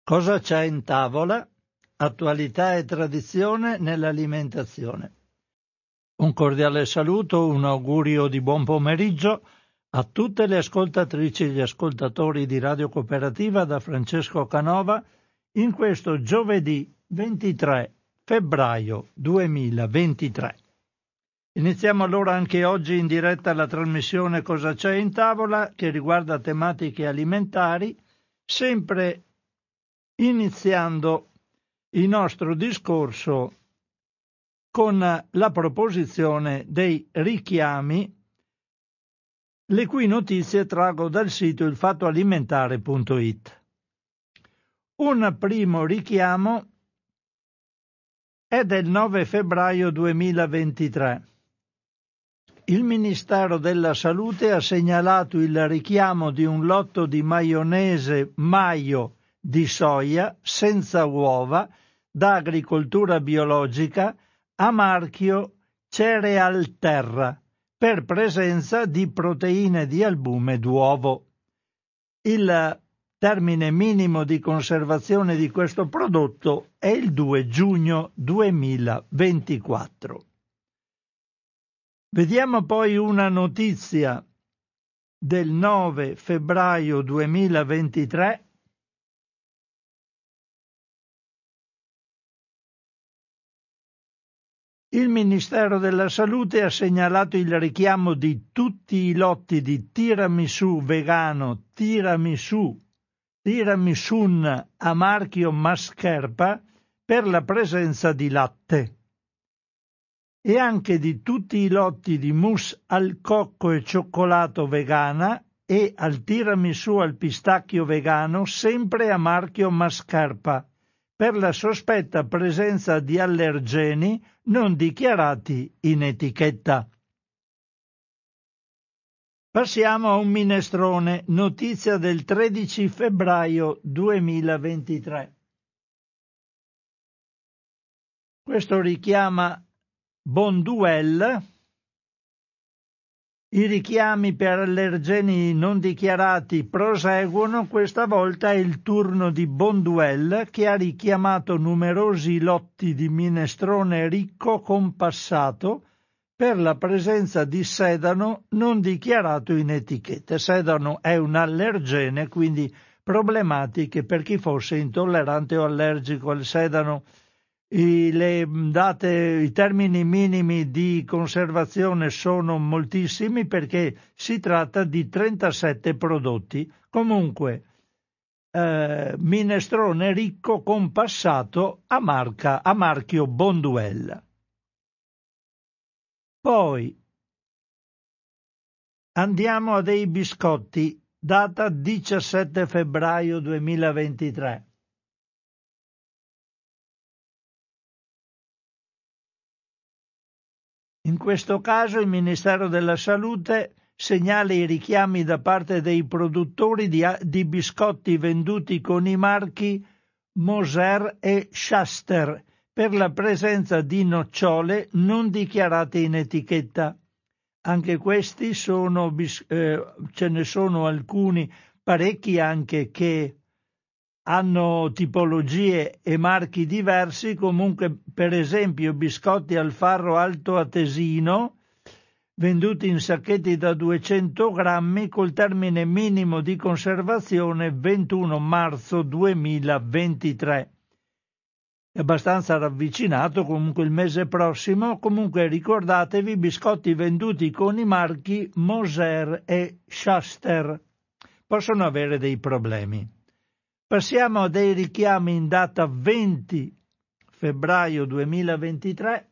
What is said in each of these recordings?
Cosa c'è in tavola? Attualità e tradizione nell'alimentazione. Un cordiale saluto, un augurio di buon pomeriggio a tutte le ascoltatrici e gli ascoltatori di Radio Cooperativa da Francesco Canova in questo giovedì 23 febbraio 2023. Iniziamo allora anche oggi in diretta la trasmissione Cosa c'è in tavola, che riguarda tematiche alimentari, sempre iniziando il nostro discorso con la proposizione dei richiami, le cui notizie traggo dal sito ilfattoalimentare.it. Un primo richiamo è del 9 febbraio 2023. Il Ministero della Salute ha segnalato il richiamo di un lotto di maionese Maio di soia senza uova da agricoltura biologica a marchio Cerealterra per presenza di proteine di albume d'uovo. Il termine minimo di conservazione di questo prodotto è il 2 giugno 2024. Vediamo poi una notizia del 9 febbraio 2023. Il Ministero della Salute ha segnalato il richiamo di tutti i lotti di tiramisù vegano, tiramisun a marchio Mascherpa per la presenza di latte e anche di tutti i lotti di mousse al cocco e cioccolato vegana e al tiramisù al pistacchio vegano sempre a marchio Mascherpa per la sospetta presenza di allergeni non dichiarati in etichetta. Passiamo a un minestrone, notizia del 13 febbraio 2023. Questo richiama Bonduelle. I richiami per allergeni non dichiarati proseguono, questa volta è il turno di Bonduelle, che ha richiamato numerosi lotti di minestrone ricco compassato per la presenza di sedano non dichiarato in etichetta. Sedano è un allergene, quindi problematiche per chi fosse intollerante o allergico al sedano. I termini minimi di conservazione sono moltissimi perché si tratta di 37 prodotti. Comunque, minestrone ricco compassato a marchio Bonduelle. Poi andiamo a dei biscotti, data 17 febbraio 2023. In questo caso il Ministero della Salute segnala i richiami da parte dei produttori di biscotti venduti con i marchi Moser e Schaster per la presenza di nocciole non dichiarate in etichetta. Anche questi ce ne sono alcuni, parecchi anche, che hanno tipologie e marchi diversi. Comunque, per esempio, biscotti al farro alto atesino venduti in sacchetti da 200 grammi col termine minimo di conservazione 21 marzo 2023. È abbastanza ravvicinato comunque il mese prossimo. Comunque ricordatevi, biscotti venduti con i marchi Moser e Schaster possono avere dei problemi. Passiamo a dei richiami in data 20 febbraio 2023.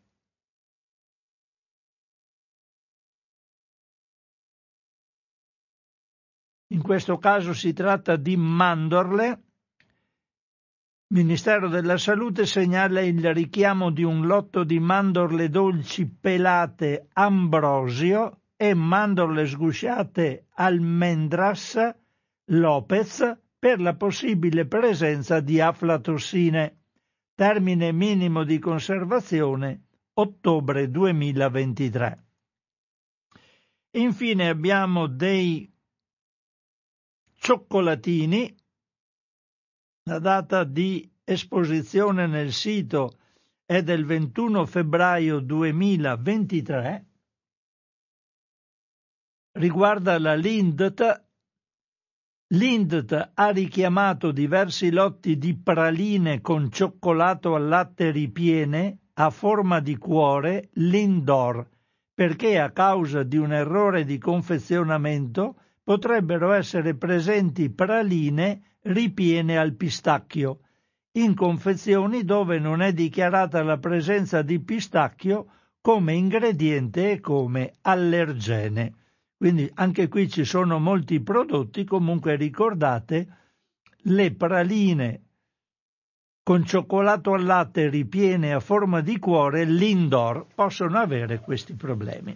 In questo caso si tratta di mandorle. Il Ministero della Salute segnala il richiamo di un lotto di mandorle dolci pelate Ambrosio e mandorle sgusciate Almendras Lopez per la possibile presenza di aflatossine. Termine minimo di conservazione ottobre 2023. Infine abbiamo dei cioccolatini La data di esposizione nel sito è del 21 febbraio 2023. Riguarda la Lindt. Lindt ha richiamato diversi lotti di praline con cioccolato al latte ripiene a forma di cuore Lindor, perché a causa di un errore di confezionamento potrebbero essere presenti praline ripiene al pistacchio, in confezioni dove non è dichiarata la presenza di pistacchio come ingrediente e come allergene. Quindi anche qui ci sono molti prodotti, comunque ricordate, le praline con cioccolato al latte ripiene a forma di cuore Lindor possono avere questi problemi.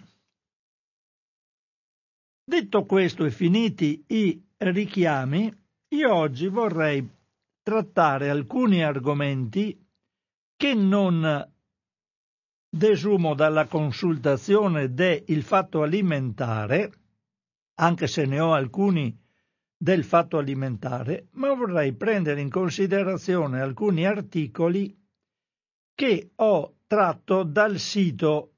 Detto questo e finiti i richiami, io oggi vorrei trattare alcuni argomenti che non desumo dalla consultazione del Fatto Alimentare, anche se ne ho alcuni del Fatto Alimentare, ma vorrei prendere in considerazione alcuni articoli che ho tratto dal sito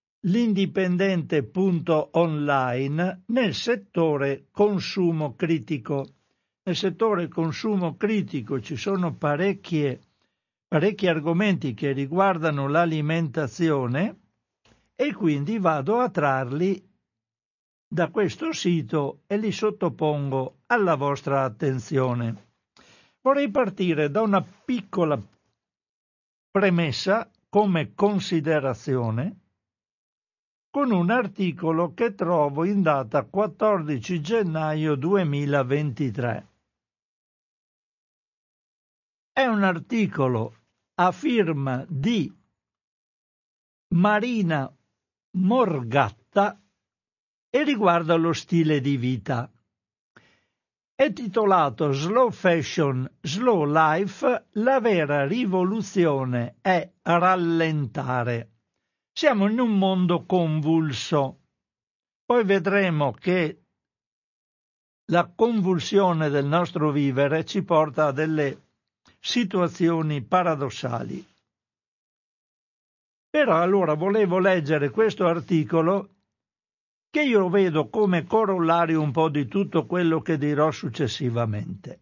l'indipendente.online nel settore consumo critico. Nel settore consumo critico ci sono parecchi argomenti che riguardano l'alimentazione e quindi vado a trarli da questo sito e li sottopongo alla vostra attenzione. Vorrei partire da una piccola premessa come considerazione con un articolo che trovo in data 14 gennaio 2023. È un articolo a firma di Marina Morgatta e riguarda lo stile di vita. È titolato Slow Fashion, Slow Life, la vera rivoluzione è rallentare. Siamo in un mondo convulso. Poi vedremo che la convulsione del nostro vivere ci porta a delle situazioni paradossali. Però allora volevo leggere questo articolo che io vedo come corollario un po' di tutto quello che dirò successivamente.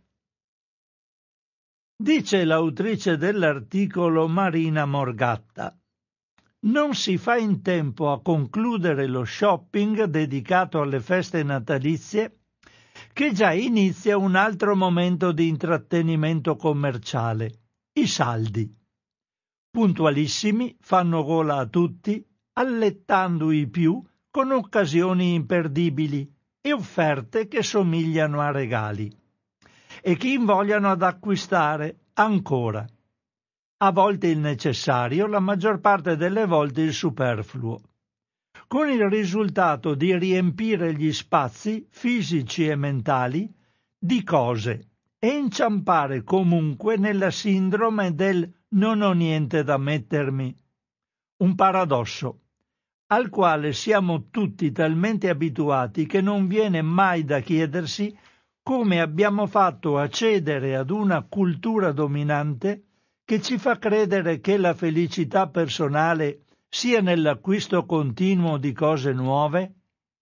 Dice l'autrice dell'articolo Marina Morgatta: non si fa in tempo a concludere lo shopping dedicato alle feste natalizie, che già inizia un altro momento di intrattenimento commerciale, i saldi. Puntualissimi, fanno gola a tutti, allettando i più con occasioni imperdibili e offerte che somigliano a regali. E chi invogliano ad acquistare ancora. A volte il necessario, la maggior parte delle volte il superfluo, con il risultato di riempire gli spazi fisici e mentali di cose e inciampare comunque nella sindrome del non ho niente da mettermi. Un paradosso, al quale siamo tutti talmente abituati che non viene mai da chiedersi come abbiamo fatto a cedere ad una cultura dominante che ci fa credere che la felicità personale sia nell'acquisto continuo di cose nuove?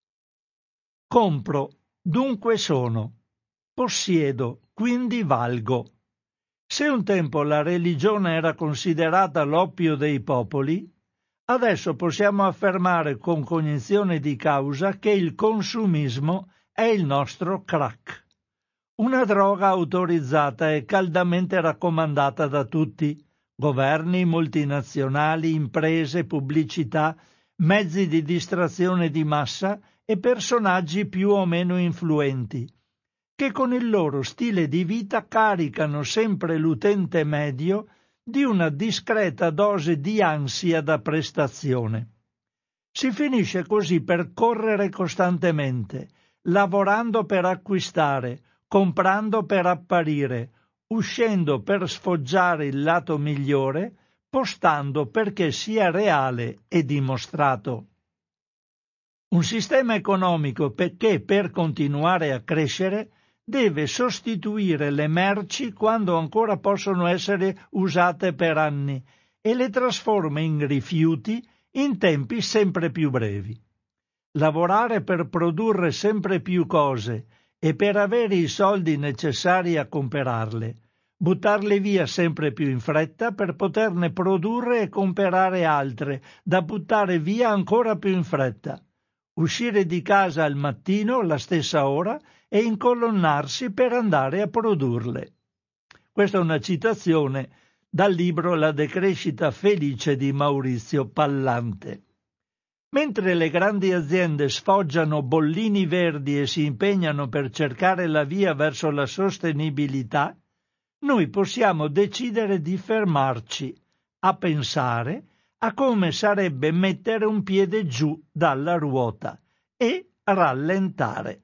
Compro, dunque sono. Possiedo, quindi valgo. Se un tempo la religione era considerata l'oppio dei popoli, adesso possiamo affermare con cognizione di causa che il consumismo è il nostro crack. Una droga autorizzata e caldamente raccomandata da tutti, governi, multinazionali, imprese, pubblicità, mezzi di distrazione di massa e personaggi più o meno influenti, che con il loro stile di vita caricano sempre l'utente medio di una discreta dose di ansia da prestazione. Si finisce così per correre costantemente, lavorando per acquistare, comprando per apparire, uscendo per sfoggiare il lato migliore, postando perché sia reale e dimostrato. Un sistema economico che per continuare a crescere deve sostituire le merci quando ancora possono essere usate per anni e le trasforma in rifiuti in tempi sempre più brevi. Lavorare per produrre sempre più cose e per avere i soldi necessari a comprarle, buttarle via sempre più in fretta per poterne produrre e comprare altre da buttare via ancora più in fretta, uscire di casa al mattino alla stessa ora e incolonnarsi per andare a produrle. Questa è una citazione dal libro La decrescita felice di Maurizio Pallante. Mentre le grandi aziende sfoggiano bollini verdi e si impegnano per cercare la via verso la sostenibilità, noi possiamo decidere di fermarci, a pensare a come sarebbe mettere un piede giù dalla ruota e rallentare.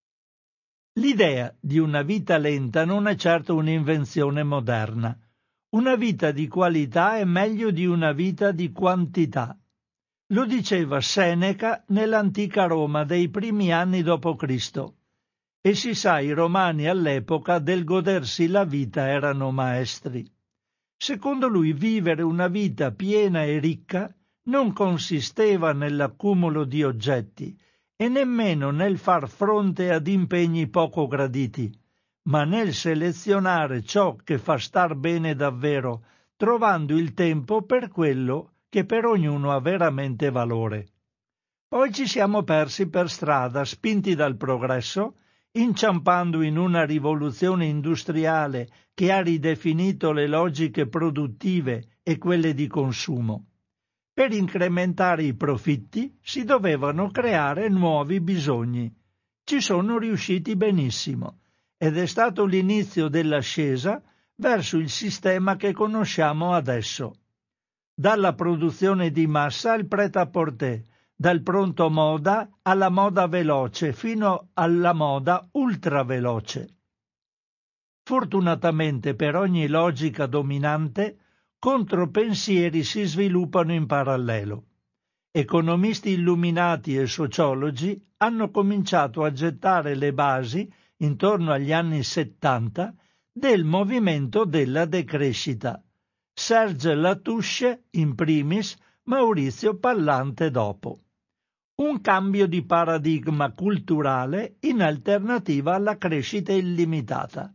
L'idea di una vita lenta non è certo un'invenzione moderna. Una vita di qualità è meglio di una vita di quantità. Lo diceva Seneca nell'antica Roma dei primi anni d.C. E si sa, i romani all'epoca del godersi la vita erano maestri. Secondo lui vivere una vita piena e ricca non consisteva nell'accumulo di oggetti e nemmeno nel far fronte ad impegni poco graditi, ma nel selezionare ciò che fa star bene davvero, trovando il tempo per quello che per ognuno ha veramente valore. Poi ci siamo persi per strada, spinti dal progresso, inciampando in una rivoluzione industriale che ha ridefinito le logiche produttive e quelle di consumo. Per incrementare i profitti si dovevano creare nuovi bisogni. Ci sono riusciti benissimo ed è stato l'inizio dell'ascesa verso il sistema che conosciamo adesso. Dalla produzione di massa al prêt-à-porter, dal pronto moda alla moda veloce fino alla moda ultraveloce. Fortunatamente per ogni logica dominante, contropensieri si sviluppano in parallelo. Economisti illuminati e sociologi hanno cominciato a gettare le basi, intorno agli anni 70, del movimento della decrescita. Serge Latouche in primis, Maurizio Pallante dopo. Un cambio di paradigma culturale in alternativa alla crescita illimitata.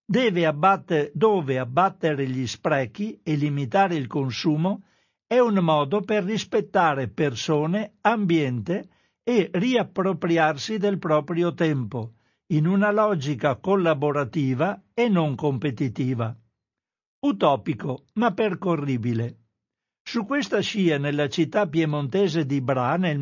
Dove abbattere gli sprechi e limitare il consumo è un modo per rispettare persone, ambiente e riappropriarsi del proprio tempo, in una logica collaborativa e non competitiva. Utopico, ma percorribile. Su questa scia, nella città piemontese di Bra, nel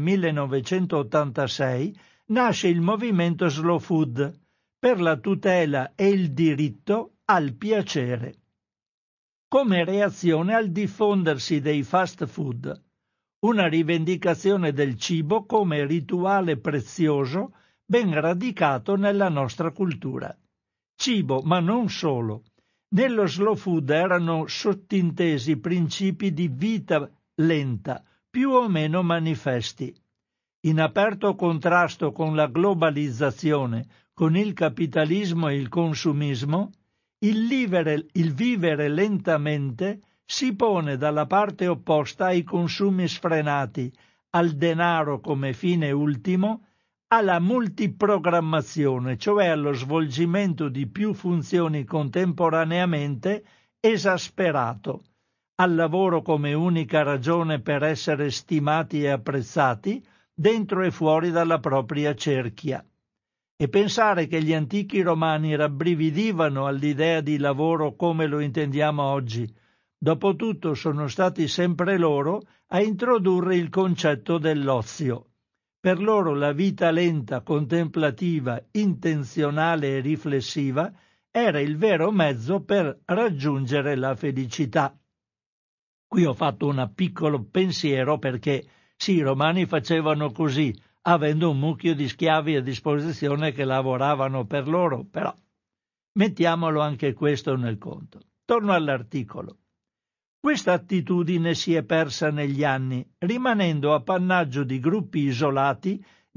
1986, nasce il movimento Slow Food per la tutela e il diritto al piacere. Come reazione al diffondersi dei fast food, una rivendicazione del cibo come rituale prezioso ben radicato nella nostra cultura. Cibo, ma non solo. Nello slow food erano sottintesi principi di vita lenta, più o meno manifesti. In aperto contrasto con la globalizzazione, con il capitalismo e il consumismo, il vivere lentamente si pone dalla parte opposta ai consumi sfrenati, al denaro come fine ultimo, alla multiprogrammazione, cioè allo svolgimento di più funzioni contemporaneamente, esasperato, al lavoro come unica ragione per essere stimati e apprezzati, dentro e fuori dalla propria cerchia. E pensare che gli antichi romani rabbrividivano all'idea di lavoro come lo intendiamo oggi. Dopotutto sono stati sempre loro a introdurre il concetto dell'ozio. Per loro la vita lenta, contemplativa, intenzionale e riflessiva era il vero mezzo per raggiungere la felicità. Qui ho fatto un piccolo pensiero perché sì, i romani facevano così, avendo un mucchio di schiavi a disposizione che lavoravano per loro, però mettiamolo anche questo nel conto. Torno all'articolo. Questa attitudine si è persa negli anni, rimanendo appannaggio di gruppi isolati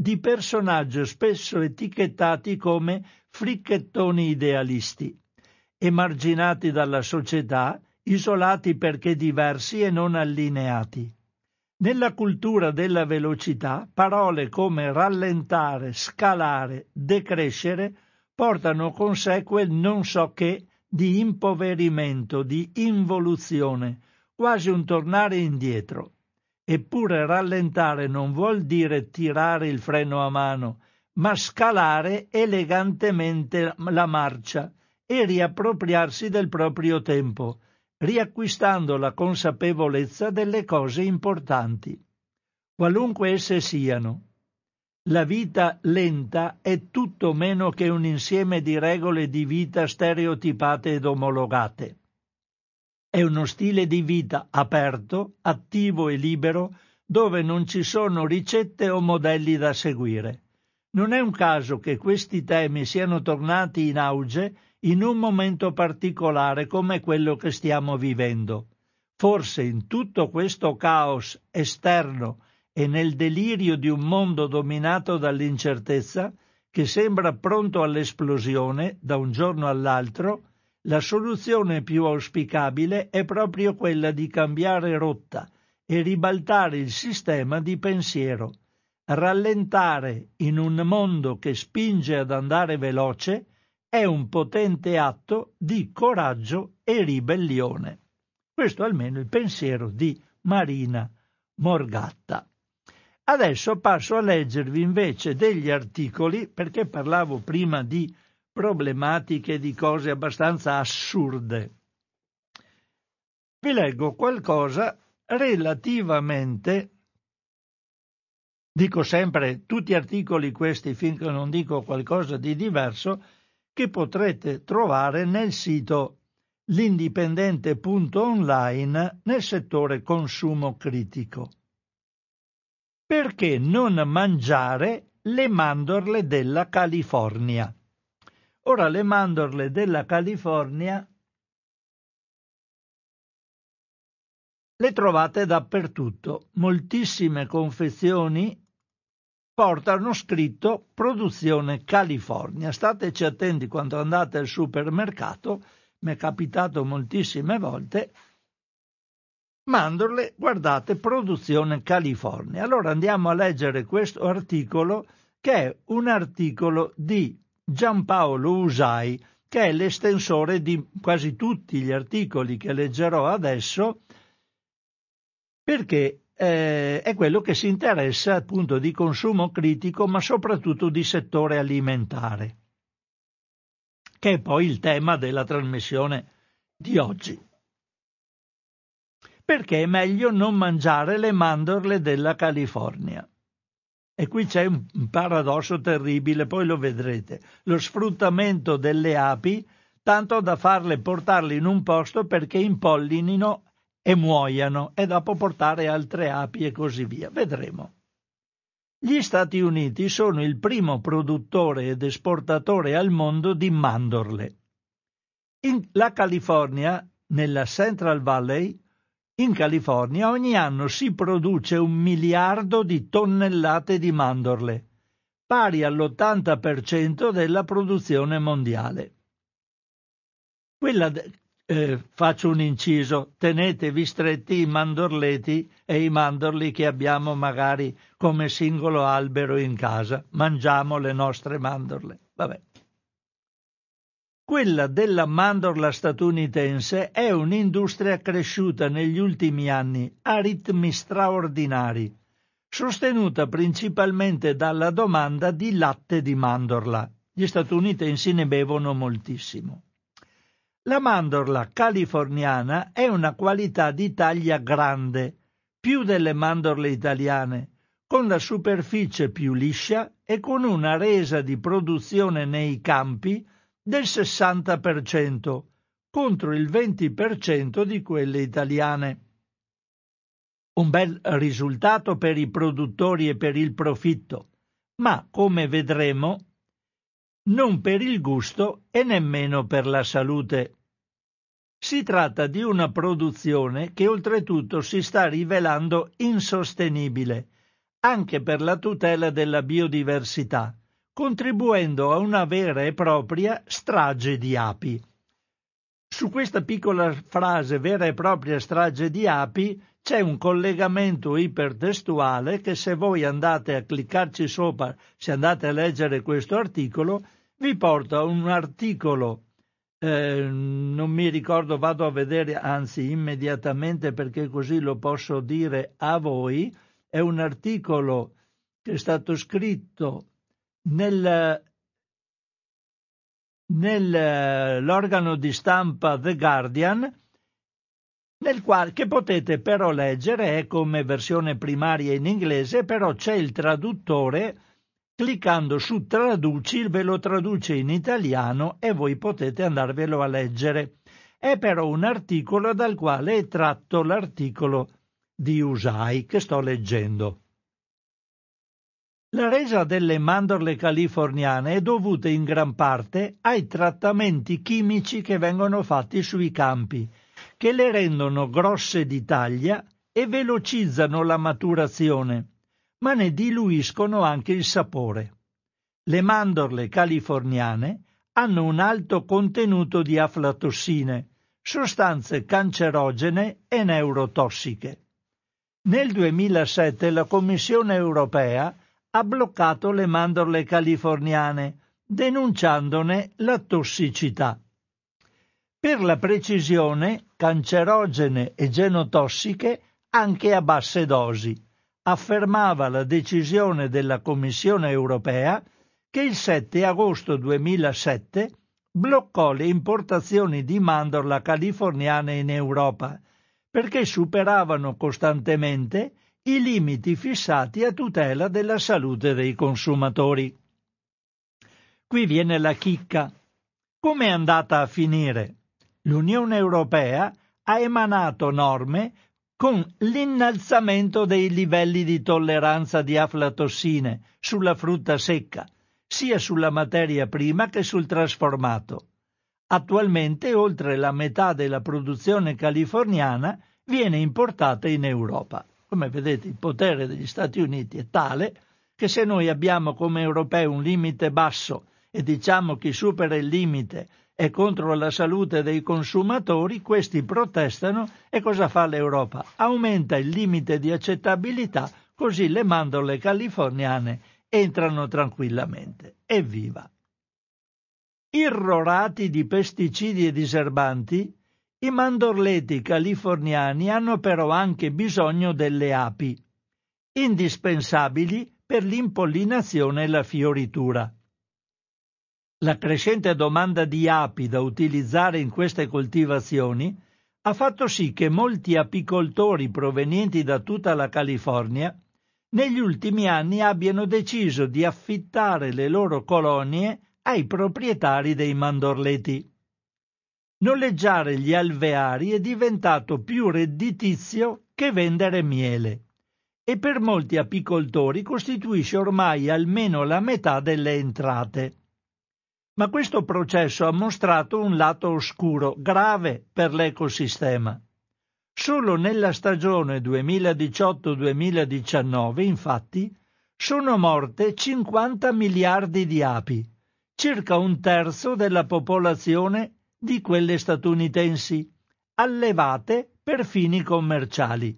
di personaggi spesso etichettati come fricchettoni idealisti, emarginati dalla società, isolati perché diversi e non allineati. Nella cultura della velocità, parole come rallentare, scalare, decrescere portano con sé quel non so che di impoverimento, di involuzione, quasi un tornare indietro. Eppure rallentare non vuol dire tirare il freno a mano, ma scalare elegantemente la marcia e riappropriarsi del proprio tempo, riacquistando la consapevolezza delle cose importanti, qualunque esse siano. La vita lenta è tutto meno che un insieme di regole di vita stereotipate ed omologate. È uno stile di vita aperto, attivo e libero, dove non ci sono ricette o modelli da seguire. Non è un caso che questi temi siano tornati in auge in un momento particolare come quello che stiamo vivendo. Forse in tutto questo caos esterno e nel delirio di un mondo dominato dall'incertezza, che sembra pronto all'esplosione da un giorno all'altro, la soluzione più auspicabile è proprio quella di cambiare rotta e ribaltare il sistema di pensiero. Rallentare in un mondo che spinge ad andare veloce è un potente atto di coraggio e ribellione. Questo almeno il pensiero di Marina Morgata. Adesso passo a leggervi invece degli articoli, perché parlavo prima di problematiche, di cose abbastanza assurde. Vi leggo qualcosa relativamente, dico sempre tutti articoli questi finché non dico qualcosa di diverso, che potrete trovare nel sito l'indipendente.online nel settore consumo critico. Perché non mangiare le mandorle della California? Ora, le mandorle della California le trovate dappertutto. Moltissime confezioni portano scritto produzione California. Stateci attenti quando andate al supermercato, mi è capitato moltissime volte. Mandorle, guardate, produzione California. Allora andiamo a leggere questo articolo, che è un articolo di Giampaolo Usai, che è l'estensore di quasi tutti gli articoli che leggerò adesso, perché è quello che si interessa appunto di consumo critico, ma soprattutto di settore alimentare, che è poi il tema della trasmissione di oggi. Perché è meglio non mangiare le mandorle della California. E qui c'è un paradosso terribile, poi lo vedrete. Lo sfruttamento delle api, tanto da farle portarle in un posto perché impollinino e muoiano, e dopo portare altre api e così via. Vedremo. Gli Stati Uniti sono il primo produttore ed esportatore al mondo di mandorle. La California, nella Central Valley, in California, ogni anno si produce 1 miliardo di tonnellate di mandorle, pari all'80% della produzione mondiale. Faccio un inciso, tenetevi stretti i mandorleti e i mandorli che abbiamo magari come singolo albero in casa, mangiamo le nostre mandorle. Vabbè. Quella della mandorla statunitense è un'industria cresciuta negli ultimi anni a ritmi straordinari, sostenuta principalmente dalla domanda di latte di mandorla. Gli statunitensi ne bevono moltissimo. La mandorla californiana è una qualità di taglia grande, più delle mandorle italiane, con la superficie più liscia e con una resa di produzione nei campi del 60% contro il 20% di quelle italiane. Un bel risultato per i produttori e per il profitto, ma, come vedremo, non per il gusto e nemmeno per la salute. Si tratta di una produzione che oltretutto si sta rivelando insostenibile, anche per la tutela della biodiversità, contribuendo a una vera e propria strage di api. Su questa piccola frase, vera e propria strage di api, c'è un collegamento ipertestuale che, se voi andate a cliccarci sopra, se andate a leggere questo articolo, vi porta a un articolo, non mi ricordo, vado a vedere, anzi immediatamente, perché così lo posso dire a voi. È un articolo che è stato scritto nell'organo di stampa The Guardian, che potete però leggere, è come versione primaria in inglese, però c'è il traduttore, cliccando su traduci ve lo traduce in italiano e voi potete andarvelo a leggere. È però un articolo dal quale è tratto l'articolo di Usai che sto leggendo. La resa delle mandorle californiane è dovuta in gran parte ai trattamenti chimici che vengono fatti sui campi, che le rendono grosse di taglia e velocizzano la maturazione, ma ne diluiscono anche il sapore. Le mandorle californiane hanno un alto contenuto di aflatossine, sostanze cancerogene e neurotossiche. Nel 2007 la Commissione europea ha bloccato le mandorle californiane, denunciandone la tossicità. Per la precisione, cancerogene e genotossiche anche a basse dosi, affermava la decisione della Commissione europea che il 7 agosto 2007 bloccò le importazioni di mandorla californiane in Europa, perché superavano costantemente i limiti fissati a tutela della salute dei consumatori. Qui viene la chicca. Come è andata a finire? L'Unione Europea ha emanato norme con l'innalzamento dei livelli di tolleranza di aflatossine sulla frutta secca, sia sulla materia prima che sul trasformato. Attualmente oltre la metà della produzione californiana viene importata in Europa. Come vedete, il potere degli Stati Uniti è tale che se noi abbiamo come europei un limite basso e diciamo chi supera il limite è contro la salute dei consumatori, questi protestano e cosa fa l'Europa? Aumenta il limite di accettabilità, così le mandorle californiane entrano tranquillamente. Evviva! Irrorati di pesticidi e diserbanti, i mandorleti californiani hanno però anche bisogno delle api, indispensabili per l'impollinazione e la fioritura. La crescente domanda di api da utilizzare in queste coltivazioni ha fatto sì che molti apicoltori provenienti da tutta la California negli ultimi anni abbiano deciso di affittare le loro colonie ai proprietari dei mandorleti. Noleggiare gli alveari è diventato più redditizio che vendere miele e per molti apicoltori costituisce ormai almeno la metà delle entrate. Ma questo processo ha mostrato un lato oscuro, grave per l'ecosistema. Solo nella stagione 2018-2019, infatti, sono morte 50 miliardi di api, circa un terzo della popolazione di quelle statunitensi, allevate per fini commerciali.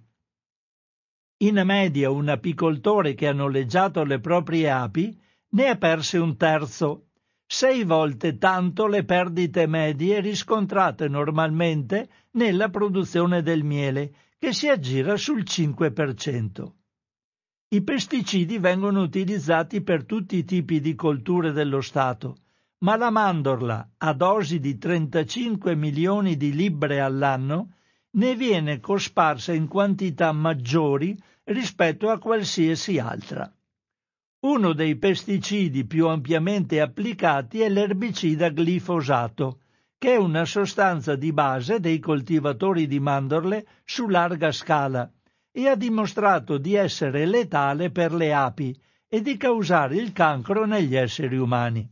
In media un apicoltore che ha noleggiato le proprie api ne ha perse un terzo, 6 volte tanto le perdite medie riscontrate normalmente nella produzione del miele, che si aggira sul 5%. I pesticidi vengono utilizzati per tutti i tipi di colture dello Stato, ma la mandorla, a dosi di 35 milioni di libbre all'anno, ne viene cosparsa in quantità maggiori rispetto a qualsiasi altra. Uno dei pesticidi più ampiamente applicati è l'erbicida glifosato, che è una sostanza di base dei coltivatori di mandorle su larga scala e ha dimostrato di essere letale per le api e di causare il cancro negli esseri umani.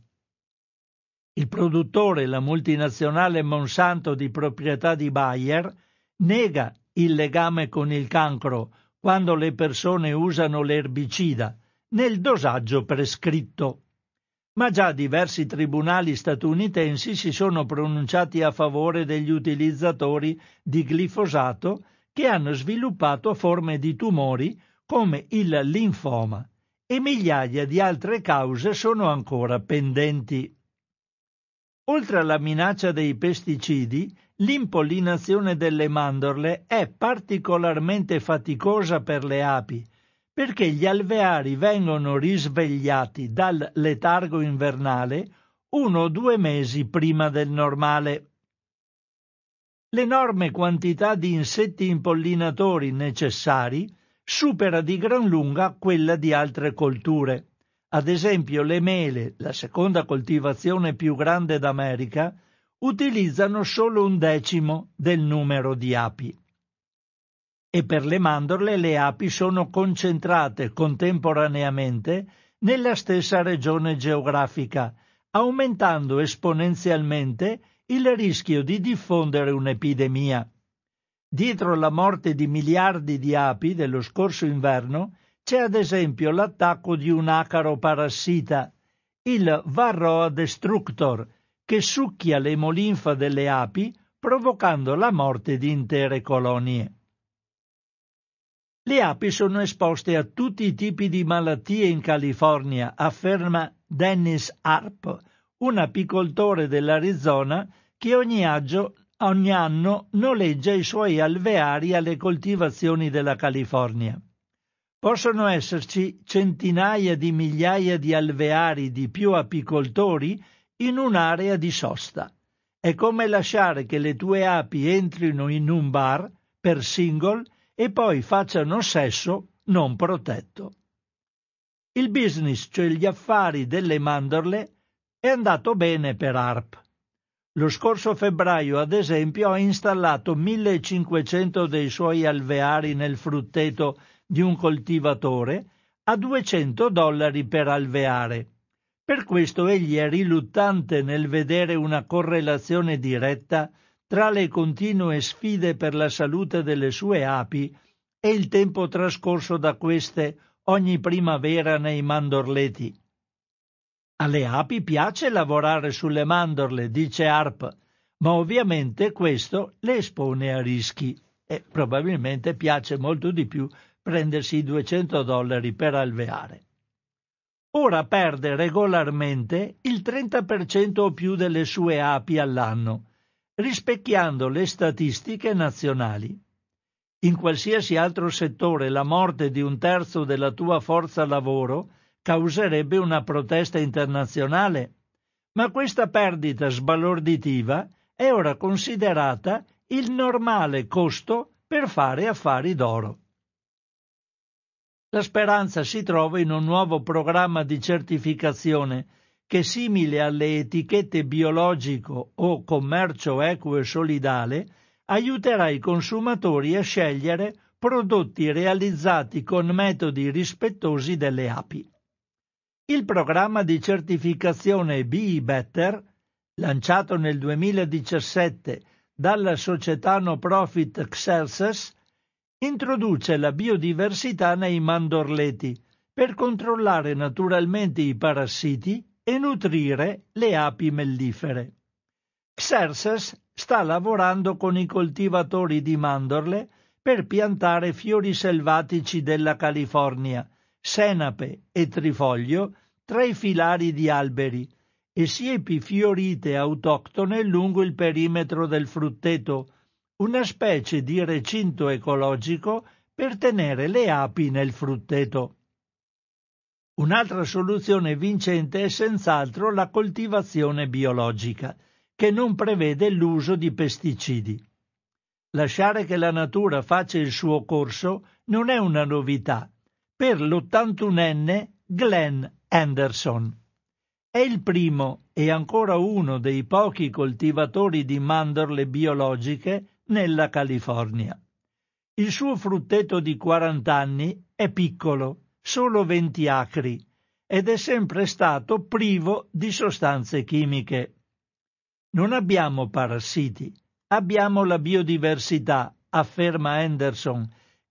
Il produttore, la multinazionale Monsanto di proprietà di Bayer, nega il legame con il cancro, quando le persone usano l'erbicida, nel dosaggio prescritto. Ma già diversi tribunali statunitensi si sono pronunciati a favore degli utilizzatori di glifosato che hanno sviluppato forme di tumori come il linfoma, e migliaia di altre cause sono ancora pendenti. Oltre alla minaccia dei pesticidi, l'impollinazione delle mandorle è particolarmente faticosa per le api, perché gli alveari vengono risvegliati dal letargo invernale 1 o 2 mesi prima del normale. L'enorme quantità di insetti impollinatori necessari supera di gran lunga quella di altre colture. Ad esempio le mele, la seconda coltivazione più grande d'America, utilizzano solo 1/10 del numero di api. E per le mandorle le api sono concentrate contemporaneamente nella stessa regione geografica, aumentando esponenzialmente il rischio di diffondere un'epidemia. Dietro la morte di miliardi di api dello scorso inverno c'è ad esempio l'attacco di un acaro parassita, il Varroa destructor, che succhia l'emolinfa delle api, provocando la morte di intere colonie. Le api sono esposte a tutti i tipi di malattie in California, afferma Dennis Harp, un apicoltore dell'Arizona che ogni anno noleggia i suoi alveari alle coltivazioni della California. Possono esserci centinaia di migliaia di alveari di più apicoltori in un'area di sosta. È come lasciare che le tue api entrino in un bar per single e poi facciano sesso non protetto. Il business, cioè gli affari delle mandorle, è andato bene per Harp. Lo scorso febbraio, ad esempio, ha installato 1.500 dei suoi alveari nel frutteto di un coltivatore a $200 per alveare. Per questo egli è riluttante nel vedere una correlazione diretta tra le continue sfide per la salute delle sue api e il tempo trascorso da queste ogni primavera nei mandorleti. Alle api piace lavorare sulle mandorle, dice Harp, ma ovviamente questo le espone a rischi e probabilmente piace molto di più prendersi i $200 per alveare. Ora perde regolarmente il 30% o più delle sue api all'anno, rispecchiando le statistiche nazionali. In qualsiasi altro settore la morte di 1/3 della tua forza lavoro causerebbe una protesta internazionale, ma questa perdita sbalorditiva è ora considerata il normale costo per fare affari d'oro. La speranza si trova in un nuovo programma di certificazione che, simile alle etichette biologico o commercio equo e solidale, aiuterà i consumatori a scegliere prodotti realizzati con metodi rispettosi delle api. Il programma di certificazione Bee Better, lanciato nel 2017 dalla società no profit Xerces, introduce la biodiversità nei mandorleti per controllare naturalmente i parassiti e nutrire le api mellifere. Xerces sta lavorando con i coltivatori di mandorle per piantare fiori selvatici della California, senape e trifoglio tra i filari di alberi e siepi fiorite autoctone lungo il perimetro del frutteto, una specie di recinto ecologico per tenere le api nel frutteto. Un'altra soluzione vincente è senz'altro la coltivazione biologica, che non prevede l'uso di pesticidi. Lasciare che la natura faccia il suo corso non è una novità per l'81enne Glenn Anderson. È il primo e ancora uno dei pochi coltivatori di mandorle biologiche nella California. Il suo frutteto di 40 anni è piccolo, solo 20 acri, ed è sempre stato privo di sostanze chimiche. Non abbiamo parassiti, abbiamo la biodiversità, afferma Anderson,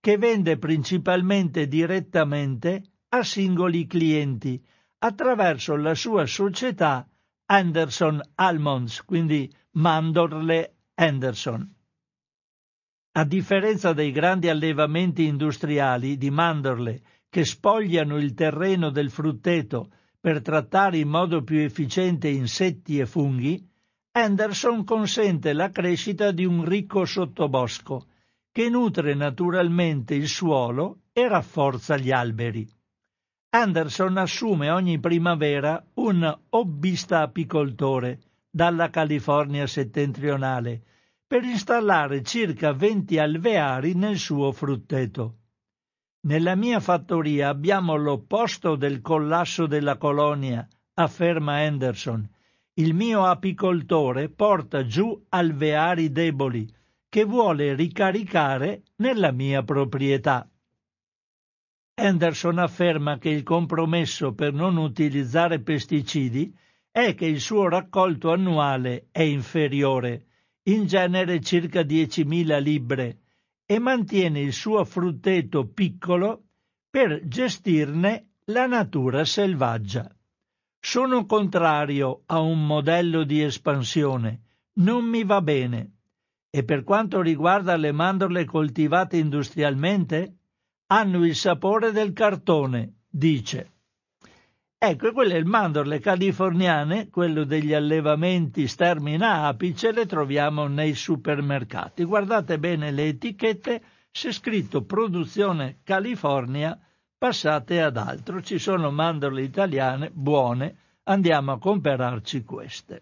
che vende principalmente direttamente a singoli clienti attraverso la sua società Anderson Almonds, quindi Mandorle Anderson. A differenza dei grandi allevamenti industriali di mandorle che spogliano il terreno del frutteto per trattare in modo più efficiente insetti e funghi, Anderson consente la crescita di un ricco sottobosco che nutre naturalmente il suolo e rafforza gli alberi. Anderson assume ogni primavera un hobbista apicoltore dalla California settentrionale per installare circa 20 alveari nel suo frutteto. Nella mia fattoria abbiamo l'opposto del collasso della colonia, afferma Anderson. Il mio apicoltore porta giù alveari deboli che vuole ricaricare nella mia proprietà. Anderson afferma che il compromesso per non utilizzare pesticidi è che il suo raccolto annuale è inferiore, in genere circa 10.000 libbre, e mantiene il suo frutteto piccolo per gestirne la natura selvaggia. Sono contrario a un modello di espansione, non mi va bene. E per quanto riguarda le mandorle coltivate industrialmente, hanno il sapore del cartone, dice. Ecco, quelle mandorle californiane, quello degli allevamenti stermina apice, le troviamo nei supermercati. Guardate bene le etichette, c'è scritto produzione California, passate ad altro. Ci sono mandorle italiane buone, andiamo a comprarci queste.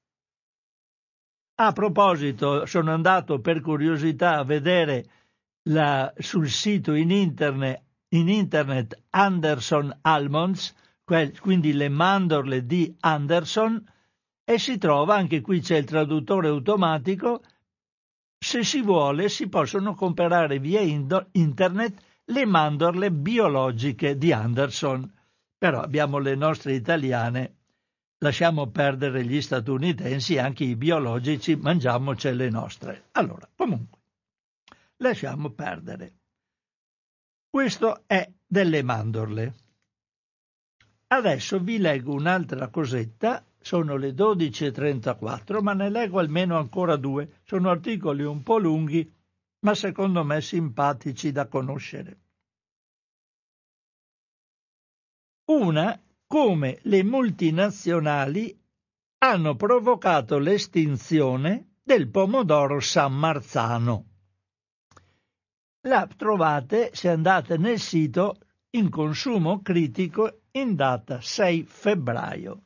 A proposito, sono andato per curiosità a vedere sul sito in internet Anderson Almonds, quindi le mandorle di Anderson, e si trova, anche qui c'è il traduttore automatico, se si vuole si possono comprare via internet le mandorle biologiche di Anderson, però abbiamo le nostre italiane, lasciamo perdere gli statunitensi, anche i biologici, mangiamoci le nostre. Allora, comunque, lasciamo perdere. Questo è delle mandorle. Adesso vi leggo un'altra cosetta, sono le 12:34, ma ne leggo almeno ancora due. Sono articoli un po' lunghi, ma secondo me simpatici da conoscere. Una, come le multinazionali hanno provocato l'estinzione del pomodoro San Marzano. La trovate, se andate nel sito, in consumo critico in data 6 febbraio.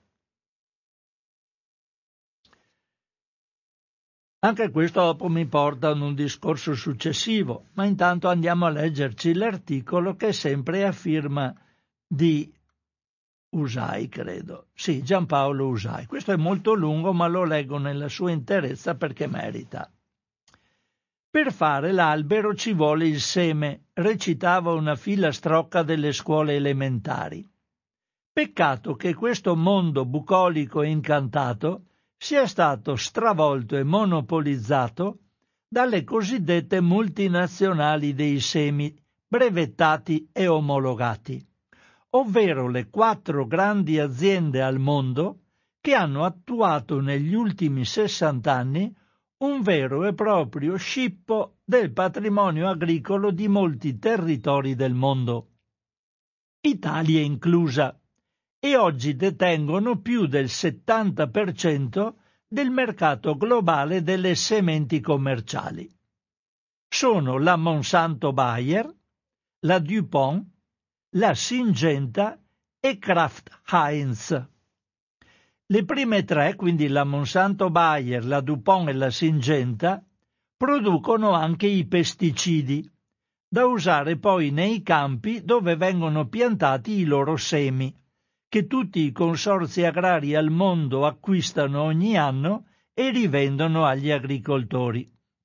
Anche questo dopo mi porta ad un discorso successivo, ma intanto andiamo a leggerci l'articolo che è sempre a firma di Usai, credo. Sì, Giampaolo Usai. Questo è molto lungo, ma lo leggo nella sua interezza perché merita. Per fare l'albero ci vuole il seme, recitava una filastrocca delle scuole elementari. Peccato che questo mondo bucolico e incantato sia stato stravolto e monopolizzato dalle cosiddette multinazionali dei semi brevettati e omologati, ovvero le 4 grandi aziende al mondo che hanno attuato negli ultimi 60 anni un vero e proprio scippo del patrimonio agricolo di molti territori del mondo, Italia inclusa, e oggi detengono più del 70% del mercato globale delle sementi commerciali. Sono la Monsanto Bayer, la DuPont, la Syngenta e Kraft Heinz. Le prime 3, quindi la Monsanto Bayer, la DuPont e la Syngenta, producono anche i pesticidi, da usare poi nei campi dove vengono piantati i loro semi, che tutti i consorzi agrari al mondo acquistano ogni anno e rivendono agli agricoltori.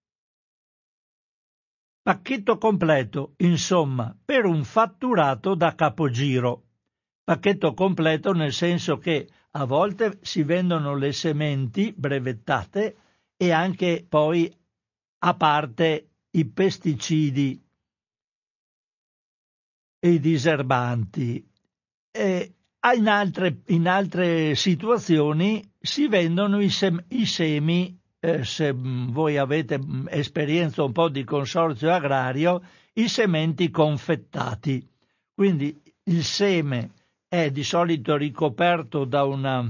Pacchetto completo, insomma, per un fatturato da capogiro. Pacchetto completo nel senso che a volte si vendono le sementi brevettate e anche poi a parte i pesticidi e i diserbanti. In altre situazioni si vendono i semi, se voi avete esperienza un po' di consorzio agrario, i sementi confettati. Quindi il seme è di solito ricoperto ha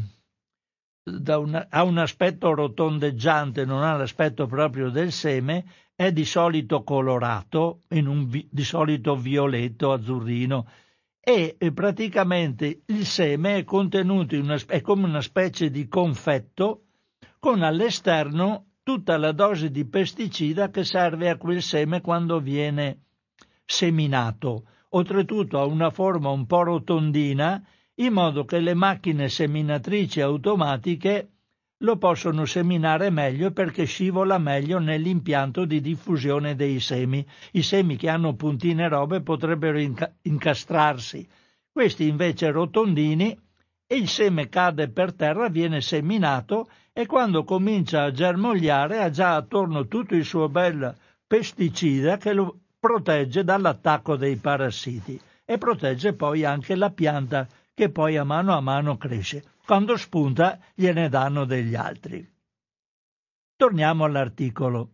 un aspetto rotondeggiante, non ha l'aspetto proprio del seme, è di solito colorato, di solito violetto, azzurrino, e praticamente il seme è contenuto è come una specie di confetto con all'esterno tutta la dose di pesticida che serve a quel seme quando viene seminato. Oltretutto ha una forma un po' rotondina, in modo che le macchine seminatrici automatiche lo possono seminare meglio perché scivola meglio nell'impianto di diffusione dei semi. I semi che hanno puntine robe potrebbero incastrarsi, questi invece rotondini, e il seme cade per terra, viene seminato e quando comincia a germogliare ha già attorno tutto il suo bel pesticida che lo protegge dall'attacco dei parassiti e protegge poi anche la pianta che poi a mano cresce. Quando spunta gliene danno degli altri. Torniamo all'articolo.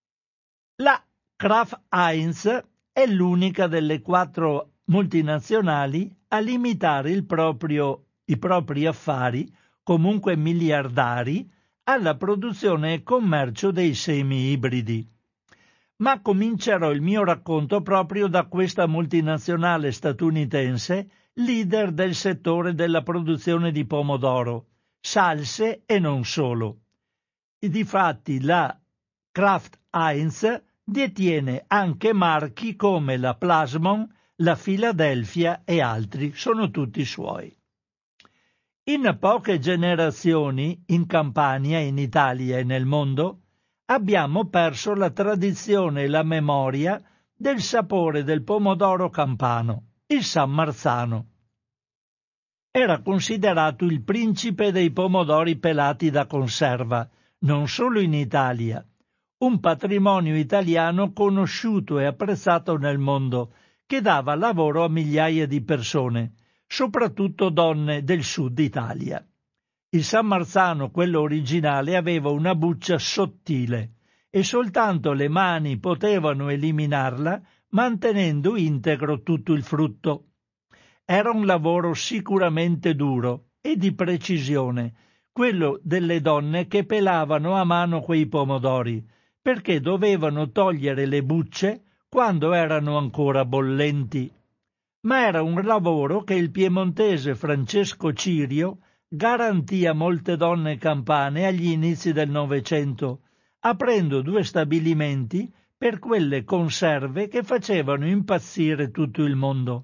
La Kraft Heinz è l'unica delle 4 multinazionali a limitare i propri affari, comunque miliardari, alla produzione e commercio dei semi ibridi. Ma comincerò il mio racconto proprio da questa multinazionale statunitense, leader del settore della produzione di pomodoro, salse e non solo. Difatti la Kraft Heinz detiene anche marchi come la Plasmon, la Philadelphia e altri, sono tutti suoi. In poche generazioni, in Campania, in Italia e nel mondo, abbiamo perso la tradizione e la memoria del sapore del pomodoro campano, il San Marzano. Era considerato il principe dei pomodori pelati da conserva, non solo in Italia, un patrimonio italiano conosciuto e apprezzato nel mondo, che dava lavoro a migliaia di persone, soprattutto donne del sud Italia. Il San Marzano, quello originale, aveva una buccia sottile e soltanto le mani potevano eliminarla mantenendo integro tutto il frutto. Era un lavoro sicuramente duro e di precisione, quello delle donne che pelavano a mano quei pomodori, perché dovevano togliere le bucce quando erano ancora bollenti. Ma era un lavoro che il piemontese Francesco Cirio garantì a molte donne campane agli inizi del Novecento, aprendo 2 stabilimenti per quelle conserve che facevano impazzire tutto il mondo.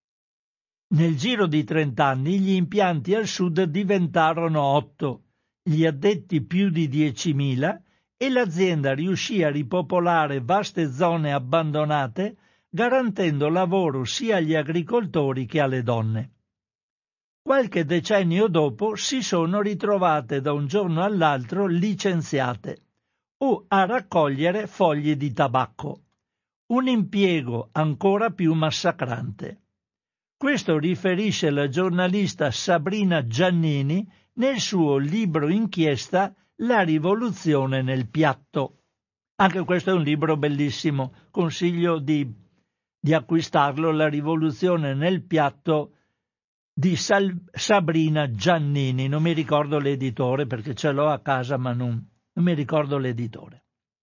Nel giro di 30 anni gli impianti al sud diventarono 8, gli addetti più di 10.000 e l'azienda riuscì a ripopolare vaste zone abbandonate, garantendo lavoro sia agli agricoltori che alle donne. Qualche decennio dopo si sono ritrovate da un giorno all'altro licenziate o a raccogliere foglie di tabacco, un impiego ancora più massacrante. Questo riferisce la giornalista Sabrina Giannini nel suo libro inchiesta La rivoluzione nel piatto. Anche questo è un libro bellissimo, consiglio di acquistarlo, La rivoluzione nel piatto di Sabrina Giannini. Non mi ricordo l'editore perché ce l'ho a casa ma non mi ricordo l'editore.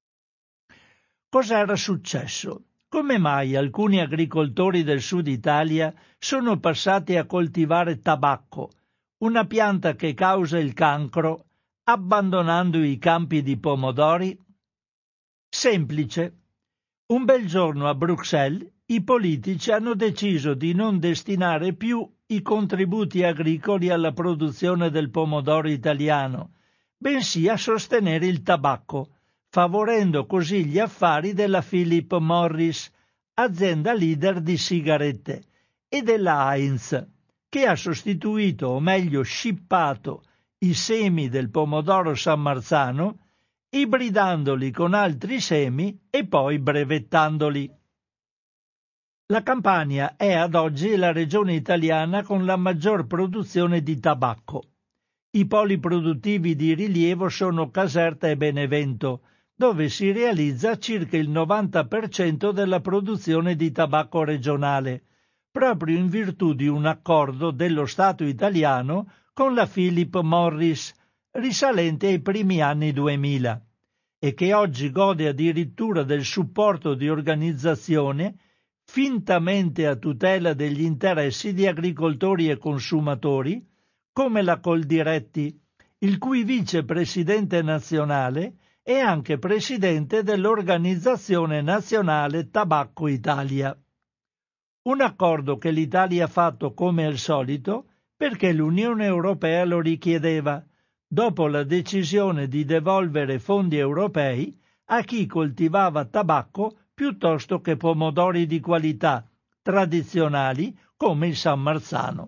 Cos'era successo? Come mai alcuni agricoltori del sud Italia sono passati a coltivare tabacco, una pianta che causa il cancro, abbandonando i campi di pomodori? Semplice. Un bel giorno a Bruxelles i politici hanno deciso di non destinare più i contributi agricoli alla produzione del pomodoro italiano, bensì a sostenere il tabacco, favorendo così gli affari della Philip Morris, azienda leader di sigarette, e della Heinz, che ha sostituito, o meglio scippato, i semi del pomodoro San Marzano, ibridandoli con altri semi e poi brevettandoli. La Campania è ad oggi la regione italiana con la maggior produzione di tabacco. I poli produttivi di rilievo sono Caserta e Benevento, dove si realizza circa il 90% della produzione di tabacco regionale, proprio in virtù di un accordo dello Stato italiano con la Philip Morris, risalente ai primi anni 2000, e che oggi gode addirittura del supporto di organizzazioni fintamente a tutela degli interessi di agricoltori e consumatori, come la Coldiretti, il cui vicepresidente nazionale è anche presidente dell'Organizzazione Nazionale Tabacco Italia. Un accordo che l'Italia ha fatto come al solito perché l'Unione Europea lo richiedeva, dopo la decisione di devolvere fondi europei a chi coltivava tabacco piuttosto che pomodori di qualità tradizionali come il San Marzano.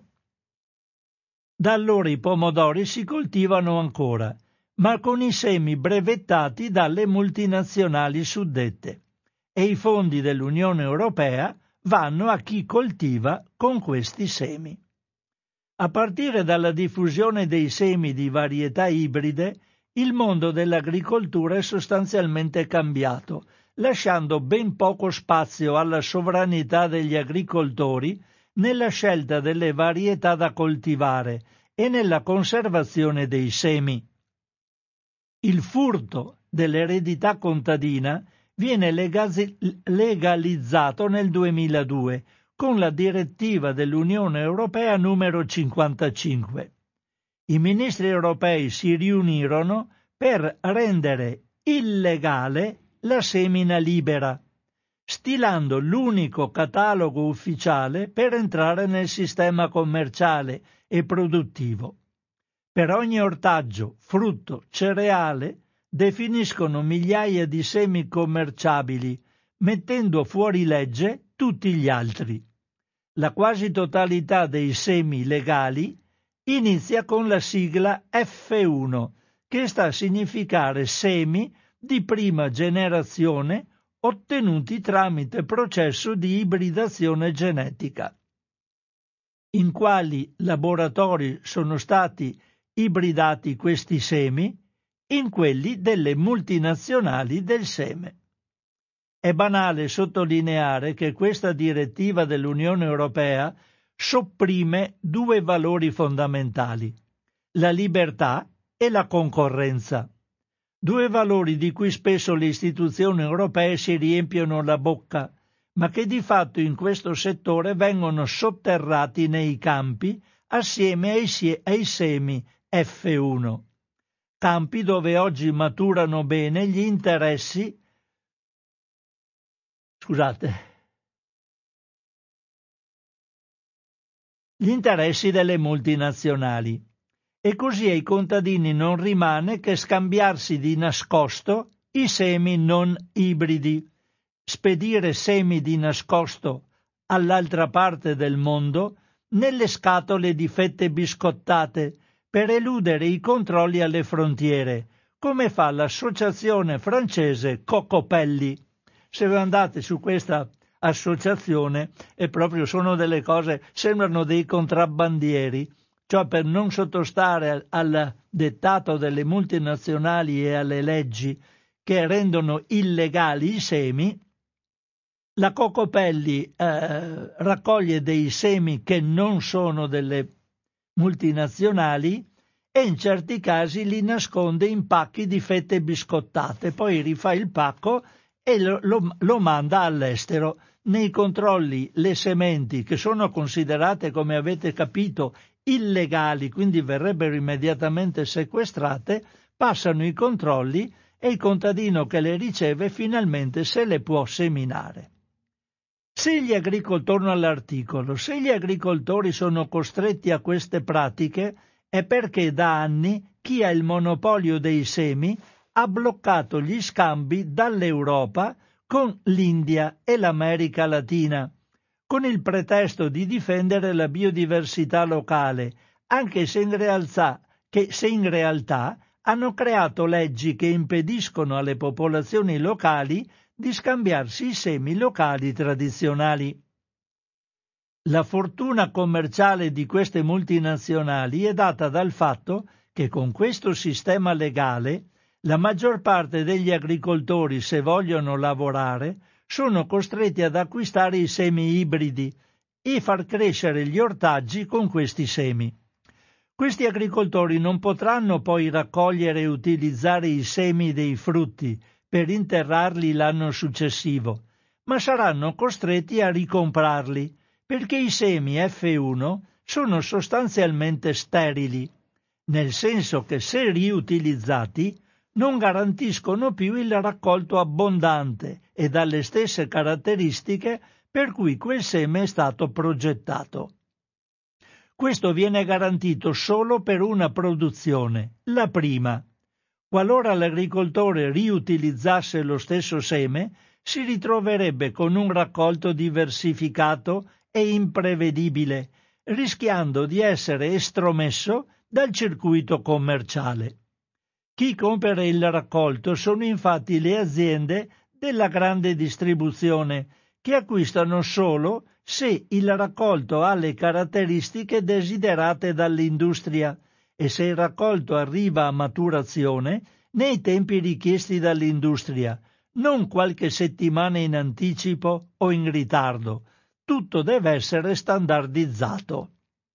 Da allora i pomodori si coltivano ancora, ma con i semi brevettati dalle multinazionali suddette, e i fondi dell'Unione Europea vanno a chi coltiva con questi semi. A partire dalla diffusione dei semi di varietà ibride, il mondo dell'agricoltura è sostanzialmente cambiato, lasciando ben poco spazio alla sovranità degli agricoltori nella scelta delle varietà da coltivare e nella conservazione dei semi. Il furto dell'eredità contadina viene legalizzato nel 2002 con la direttiva dell'Unione Europea numero 55. I ministri europei si riunirono per rendere illegale la semina libera, stilando l'unico catalogo ufficiale per entrare nel sistema commerciale e produttivo. Per ogni ortaggio, frutto, cereale, definiscono migliaia di semi commerciabili, mettendo fuori legge tutti gli altri. La quasi totalità dei semi legali inizia con la sigla F1, che sta a significare semi di prima generazione ottenuti tramite processo di ibridazione genetica. In quali laboratori sono stati ibridati questi semi? In quelli delle multinazionali del seme. È banale sottolineare che questa direttiva dell'Unione Europea sopprime due valori fondamentali: la libertà e la concorrenza. Due valori di cui spesso le istituzioni europee si riempiono la bocca, ma che di fatto in questo settore vengono sotterrati nei campi assieme ai semi F1. Campi dove oggi maturano bene gli interessi delle multinazionali. E così ai contadini non rimane che scambiarsi di nascosto i semi non ibridi, spedire semi di nascosto all'altra parte del mondo nelle scatole di fette biscottate per eludere i controlli alle frontiere, come fa l'associazione francese Cocopelli. Se andate su questa associazione è proprio, sono delle cose, sembrano dei contrabbandieri, cioè per non sottostare al dettato delle multinazionali e alle leggi che rendono illegali i semi, la Cocopelli raccoglie dei semi che non sono delle multinazionali e in certi casi li nasconde in pacchi di fette biscottate, poi rifà il pacco e lo manda all'estero. Nei controlli le sementi, che sono considerate, come avete capito, illegali, quindi verrebbero immediatamente sequestrate, passano i controlli e il contadino che le riceve finalmente se le può seminare. Torno all'articolo, se gli agricoltori sono costretti a queste pratiche è perché da anni chi ha il monopolio dei semi ha bloccato gli scambi dall'Europa con l'India e l'America Latina, con il pretesto di difendere la biodiversità locale, anche se in realtà hanno creato leggi che impediscono alle popolazioni locali di scambiarsi i semi locali tradizionali. La fortuna commerciale di queste multinazionali è data dal fatto che con questo sistema legale la maggior parte degli agricoltori, se vogliono lavorare, sono costretti ad acquistare i semi ibridi e far crescere gli ortaggi con questi semi. Questi agricoltori non potranno poi raccogliere e utilizzare i semi dei frutti per interrarli l'anno successivo, ma saranno costretti a ricomprarli, perché i semi F1 sono sostanzialmente sterili, nel senso che se riutilizzati non garantiscono più il raccolto abbondante e dalle stesse caratteristiche per cui quel seme è stato progettato. Questo viene garantito solo per una produzione, la prima. Qualora l'agricoltore riutilizzasse lo stesso seme, si ritroverebbe con un raccolto diversificato e imprevedibile, rischiando di essere estromesso dal circuito commerciale. Chi compra il raccolto sono infatti le aziende della grande distribuzione, che acquistano solo se il raccolto ha le caratteristiche desiderate dall'industria e se il raccolto arriva a maturazione nei tempi richiesti dall'industria, non qualche settimana in anticipo o in ritardo. Tutto deve essere standardizzato.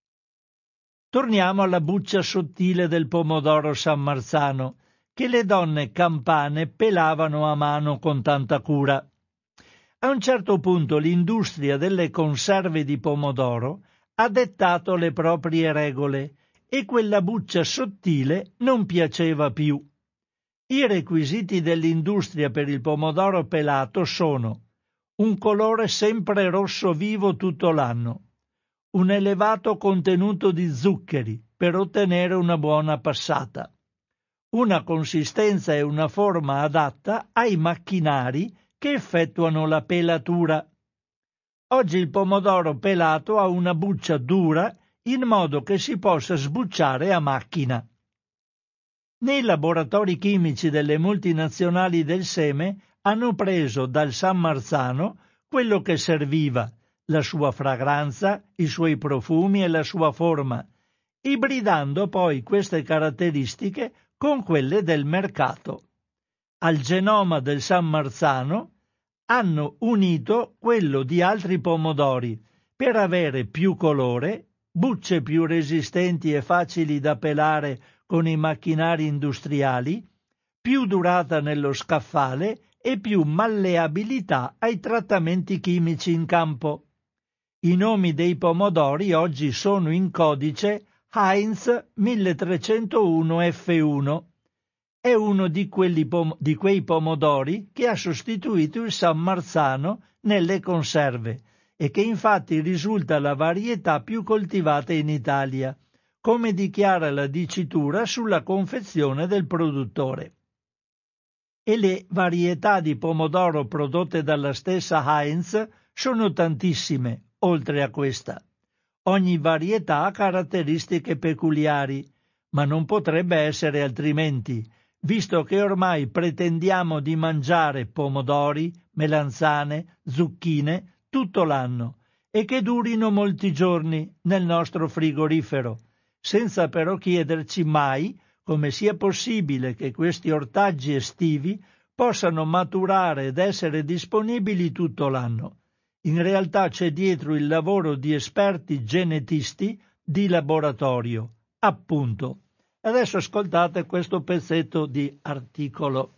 Torniamo alla buccia sottile del pomodoro sammarzano, che le donne campane pelavano a mano con tanta cura. A un certo punto l'industria delle conserve di pomodoro ha dettato le proprie regole e quella buccia sottile non piaceva più. I requisiti dell'industria per il pomodoro pelato sono un colore sempre rosso vivo tutto l'anno, un elevato contenuto di zuccheri per ottenere una buona passata, una consistenza e una forma adatta ai macchinari che effettuano la pelatura. Oggi il pomodoro pelato ha una buccia dura in modo che si possa sbucciare a macchina. Nei laboratori chimici delle multinazionali del seme hanno preso dal sammarzano quello che serviva, la sua fragranza, i suoi profumi e la sua forma, ibridando poi queste caratteristiche con quelle del mercato. Al genoma del sammarzano hanno unito quello di altri pomodori per avere più colore, bucce più resistenti e facili da pelare con i macchinari industriali, più durata nello scaffale e più malleabilità ai trattamenti chimici in campo. I nomi dei pomodori oggi sono in codice Heinz 1301 F1. È uno di quei pomodori che ha sostituito il sammarzano nelle conserve e che infatti risulta la varietà più coltivata in Italia, come dichiara la dicitura sulla confezione del produttore. E le varietà di pomodoro prodotte dalla stessa Heinz sono tantissime, oltre a questa. Ogni varietà ha caratteristiche peculiari, ma non potrebbe essere altrimenti, visto che ormai pretendiamo di mangiare pomodori, melanzane, zucchine tutto l'anno e che durino molti giorni nel nostro frigorifero, senza però chiederci mai come sia possibile che questi ortaggi estivi possano maturare ed essere disponibili tutto l'anno. In realtà c'è dietro il lavoro di esperti genetisti di laboratorio, appunto. Adesso ascoltate questo pezzetto di articolo.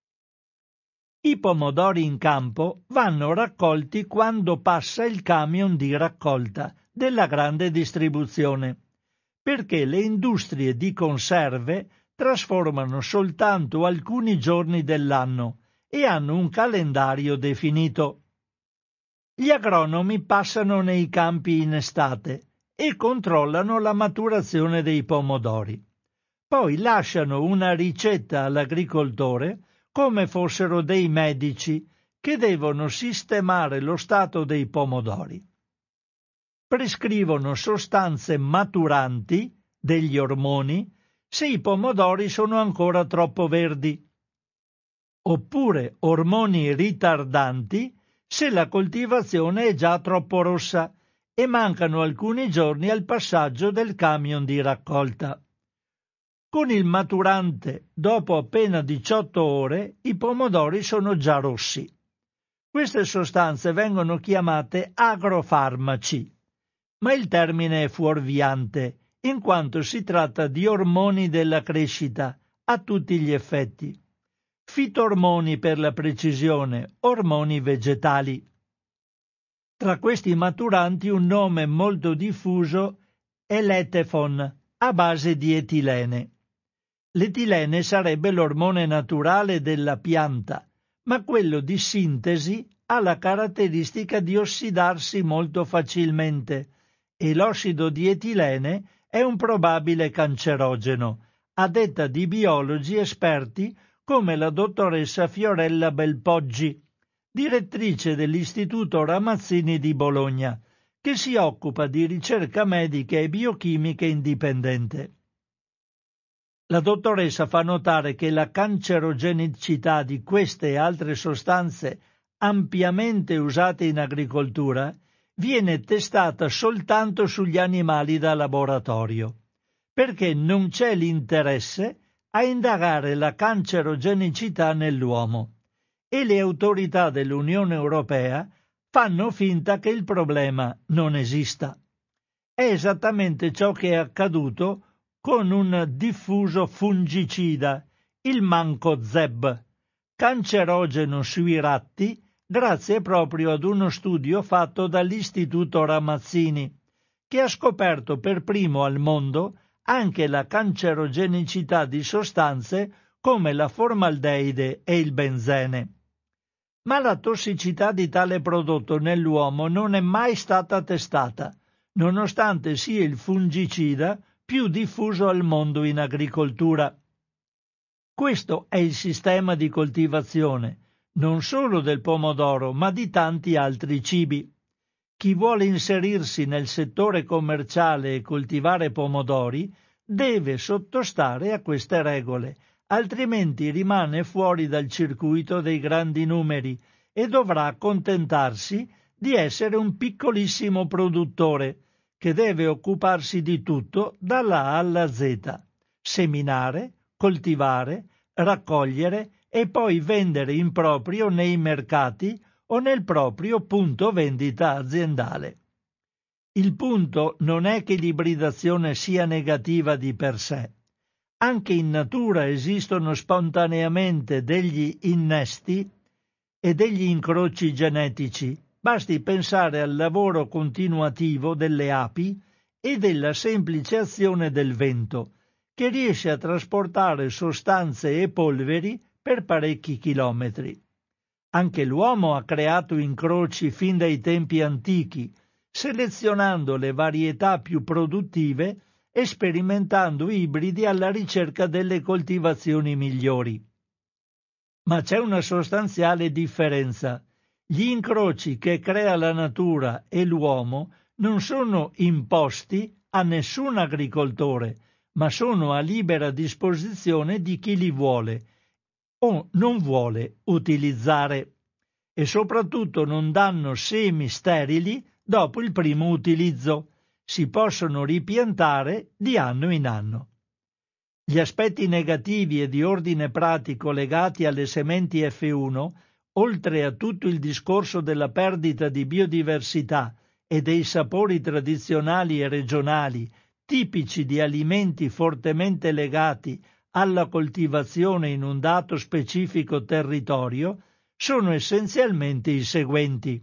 I pomodori in campo vanno raccolti quando passa il camion di raccolta della grande distribuzione, perché le industrie di conserve trasformano soltanto alcuni giorni dell'anno e hanno un calendario definito. Gli agronomi passano nei campi in estate e controllano la maturazione dei pomodori. Poi lasciano una ricetta all'agricoltore come fossero dei medici che devono sistemare lo stato dei pomodori. Prescrivono sostanze maturanti, degli ormoni, se i pomodori sono ancora troppo verdi, oppure ormoni ritardanti se la coltivazione è già troppo rossa e mancano alcuni giorni al passaggio del camion di raccolta. Con il maturante, dopo appena 18 ore, i pomodori sono già rossi. Queste sostanze vengono chiamate agrofarmaci, ma il termine è fuorviante, in quanto si tratta di ormoni della crescita, a tutti gli effetti. Fitormoni per la precisione, ormoni vegetali. Tra questi maturanti un nome molto diffuso è l'Etefon, a base di etilene. L'etilene sarebbe l'ormone naturale della pianta, ma quello di sintesi ha la caratteristica di ossidarsi molto facilmente e l'ossido di etilene è un probabile cancerogeno, a detta di biologi esperti come la dottoressa Fiorella Belpoggi, direttrice dell'Istituto Ramazzini di Bologna, che si occupa di ricerca medica e biochimica indipendente. La dottoressa fa notare che la cancerogenicità di queste e altre sostanze ampiamente usate in agricoltura viene testata soltanto sugli animali da laboratorio, perché non c'è l'interesse a indagare la cancerogenicità nell'uomo e le autorità dell'Unione Europea fanno finta che il problema non esista. È esattamente ciò che è accaduto con un diffuso fungicida, il mancozeb, cancerogeno sui ratti, grazie proprio ad uno studio fatto dall'Istituto Ramazzini, che ha scoperto per primo al mondo anche la cancerogenicità di sostanze come la formaldeide e il benzene. Ma la tossicità di tale prodotto nell'uomo non è mai stata testata, nonostante sia il fungicida più diffuso al mondo in agricoltura. Questo è il sistema di coltivazione, non solo del pomodoro, ma di tanti altri cibi. Chi vuole inserirsi nel settore commerciale e coltivare pomodori deve sottostare a queste regole, altrimenti rimane fuori dal circuito dei grandi numeri e dovrà accontentarsi di essere un piccolissimo produttore che deve occuparsi di tutto dalla A alla Z, seminare, coltivare, raccogliere e poi vendere in proprio nei mercati o nel proprio punto vendita aziendale. Il punto non è che l'ibridazione sia negativa di per sé. Anche in natura esistono spontaneamente degli innesti e degli incroci genetici. Basti pensare al lavoro continuativo delle api e della semplice azione del vento, che riesce a trasportare sostanze e polveri per parecchi chilometri. Anche l'uomo ha creato incroci fin dai tempi antichi, selezionando le varietà più produttive e sperimentando ibridi alla ricerca delle coltivazioni migliori. Ma c'è una sostanziale differenza. Gli incroci che crea la natura e l'uomo non sono imposti a nessun agricoltore, ma sono a libera disposizione di chi li vuole o non vuole utilizzare, e soprattutto non danno semi sterili dopo il primo utilizzo. Si possono ripiantare di anno in anno. Gli aspetti negativi e di ordine pratico legati alle sementi F1, oltre a tutto il discorso della perdita di biodiversità e dei sapori tradizionali e regionali tipici di alimenti fortemente legati alla coltivazione in un dato specifico territorio, sono essenzialmente i seguenti.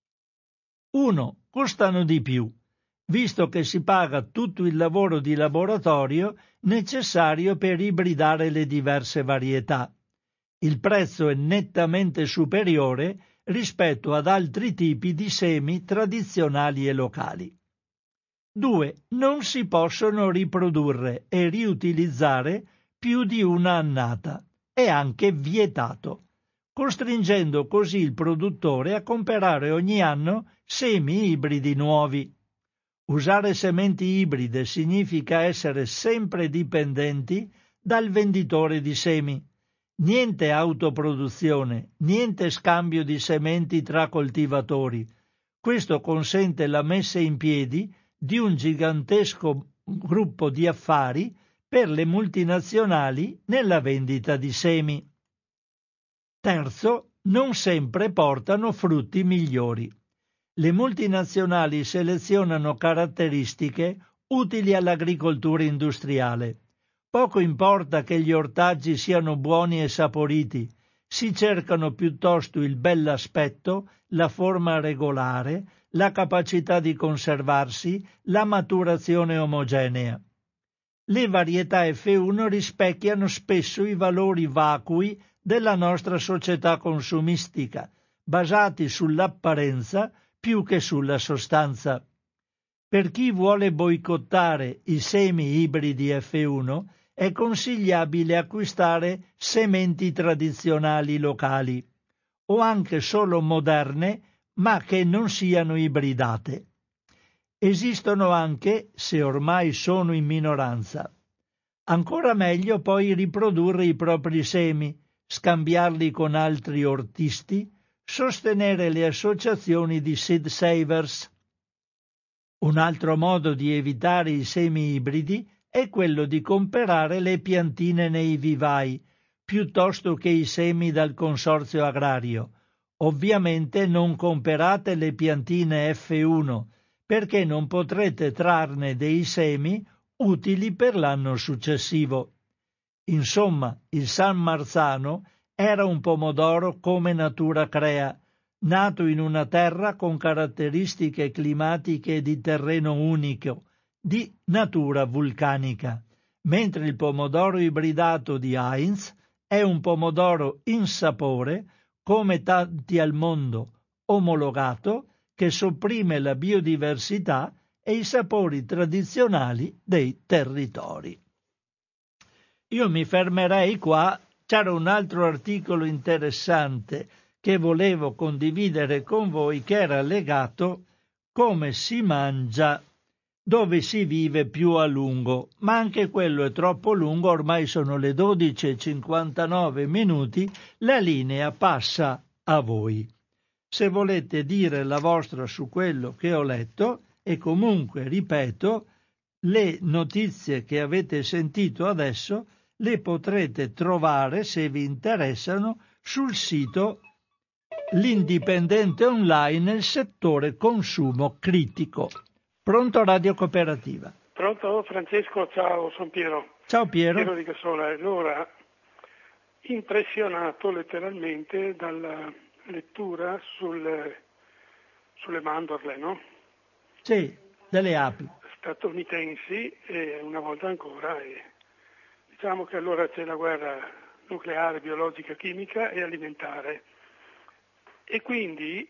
1. Costano di più, visto che si paga tutto il lavoro di laboratorio necessario per ibridare le diverse varietà. Il prezzo è nettamente superiore rispetto ad altri tipi di semi tradizionali e locali. 2. Non si possono riprodurre e riutilizzare più di una annata. È anche vietato, costringendo così il produttore a comprare ogni anno semi ibridi nuovi. Usare sementi ibride significa essere sempre dipendenti dal venditore di semi. Niente autoproduzione, niente scambio di sementi tra coltivatori. Questo consente la messa in piedi di un gigantesco gruppo di affari per le multinazionali nella vendita di semi. Terzo, non sempre portano frutti migliori. Le multinazionali selezionano caratteristiche utili all'agricoltura industriale. Poco importa che gli ortaggi siano buoni e saporiti, si cercano piuttosto il bell'aspetto, la forma regolare, la capacità di conservarsi, la maturazione omogenea. Le varietà F1 rispecchiano spesso i valori vacui della nostra società consumistica, basati sull'apparenza più che sulla sostanza. Per chi vuole boicottare i semi ibridi F1 è consigliabile acquistare sementi tradizionali locali o anche solo moderne ma che non siano ibridate. Esistono anche, se ormai sono in minoranza. Ancora meglio poi riprodurre i propri semi, scambiarli con altri ortisti, sostenere le associazioni di seed savers. Un altro modo di evitare i semi ibridi è quello di comprare le piantine nei vivai, piuttosto che i semi dal consorzio agrario. Ovviamente non comprate le piantine F1, perché non potrete trarne dei semi utili per l'anno successivo. Insomma, il San Marzano era un pomodoro come natura crea, nato in una terra con caratteristiche climatiche di terreno unico, di natura vulcanica, mentre il pomodoro ibridato di Heinz è un pomodoro in sapore, come tanti al mondo, omologato, che sopprime la biodiversità e i sapori tradizionali dei territori. Io mi fermerei qua. C'era un altro articolo interessante che volevo condividere con voi, che era legato come si mangia dove si vive più a lungo, ma anche quello è troppo lungo, ormai sono le 12:59, la linea passa a voi. Se volete dire la vostra su quello che ho letto, e comunque, ripeto, le notizie che avete sentito adesso le potrete trovare, se vi interessano, sul sito L'Indipendente Online nel settore consumo critico. Pronto Radio Cooperativa? Pronto Francesco, ciao, sono Piero. Ciao Piero. Piero di Cassola. Allora, impressionato letteralmente dalla lettura sulle mandorle, no? Sì, delle api. Statunitensi e una volta ancora. Diciamo che allora c'è la guerra nucleare, biologica, chimica e alimentare. E quindi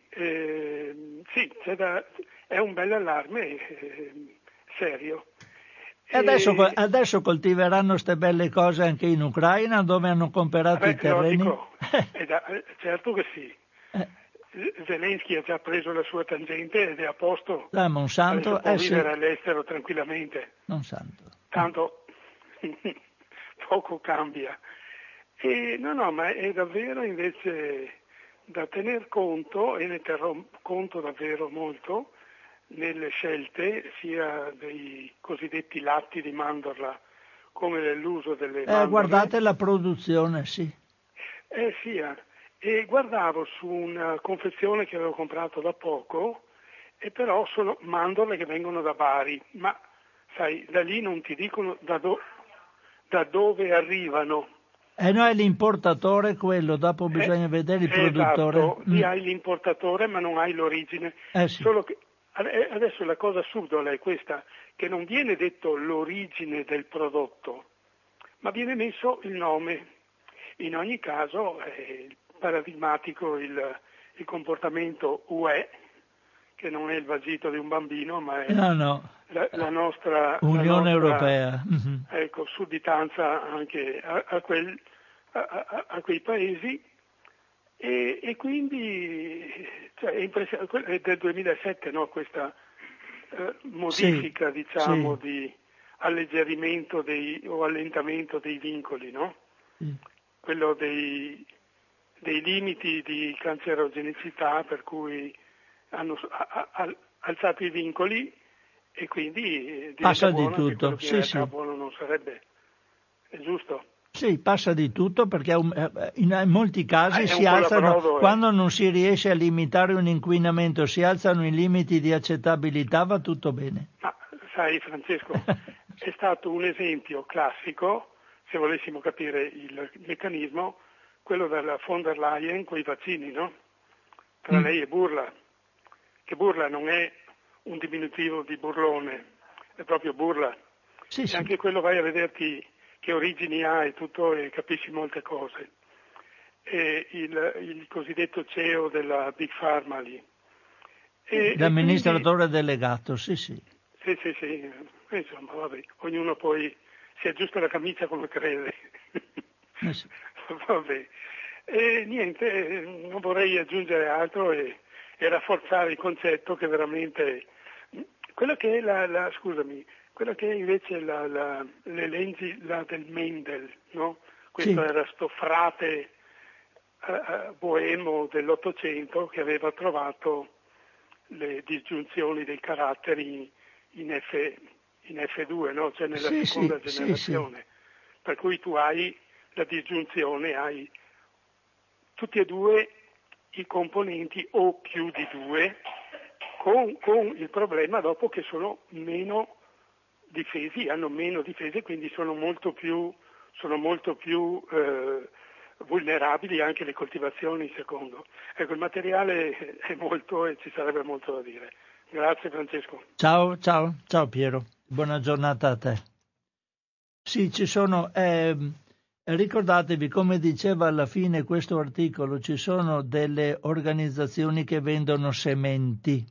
sì, è un bel allarme serio. E adesso coltiveranno queste belle cose anche in Ucraina, dove hanno comprato i terreni? Logico. Certo che sì. Zelensky ha già preso la sua tangente ed è a posto. Monsanto può vivere sì. all'estero tranquillamente. Monsanto. Tanto poco cambia. No, ma è davvero invece da tener conto, e ne terrò conto davvero molto, nelle scelte sia dei cosiddetti latti di mandorla come dell'uso delle mandorle. Guardate la produzione, sì. Sia. E guardavo su una confezione che avevo comprato da poco, e però sono mandorle che vengono da Bari, ma sai, da lì non ti dicono da dove arrivano. No, è l'importatore quello, dopo bisogna vedere il produttore. Esatto, lì hai l'importatore ma non hai l'origine. Sì. Solo che adesso la cosa subdola è questa, che non viene detto l'origine del prodotto, ma viene messo il nome. In ogni caso è paradigmatico il comportamento UE, che non è il vagito di un bambino, ma è la nostra Unione Europea. Ecco, sudditanza anche a quei paesi. E quindi cioè, è del 2007, no? Questa modifica, sì, diciamo, sì, di alleggerimento o allentamento dei vincoli, no? Sì. Quello dei limiti di cancerogenicità, per cui hanno alzato i vincoli e quindi passa di buono anche tutto. quello che in realtà buono non sarebbe. È giusto? Sì, passa di tutto perché in molti casi si un alzano, colabrodo, quando non si riesce a limitare un inquinamento, si alzano i limiti di accettabilità, va tutto bene. Ma sai Francesco, è stato un esempio classico, se volessimo capire il meccanismo, quello della von der Leyen con i vaccini, no? Tra lei e Burla, che Burla non è un diminutivo di burlone, è proprio Burla. Sì, e anche quello vai a vederti che origini ha e tutto e capisci molte cose. E il cosiddetto CEO della Big Pharma lì. L'amministratore delegato, sì. Sì, insomma, vabbè, ognuno poi si aggiusta la camicia come crede. Sì. Vabbè. E niente, non vorrei aggiungere altro e rafforzare il concetto che veramente quello che è quello che è invece le leggi del Mendel, no? Questo era sto frate boemo dell'Ottocento che aveva trovato le disgiunzioni dei caratteri in F2, no? Cioè nella seconda generazione. Sì. Per cui tu hai la disgiunzione, hai tutti e due i componenti o più di due, con il problema dopo che sono meno difesi, hanno meno difese, quindi sono molto più vulnerabili anche le coltivazioni secondo. Ecco, il materiale è molto e ci sarebbe molto da dire. Grazie Francesco. Ciao Piero, buona giornata a te. Sì, ci sono, ricordatevi, come diceva alla fine questo articolo, ci sono delle organizzazioni che vendono sementi.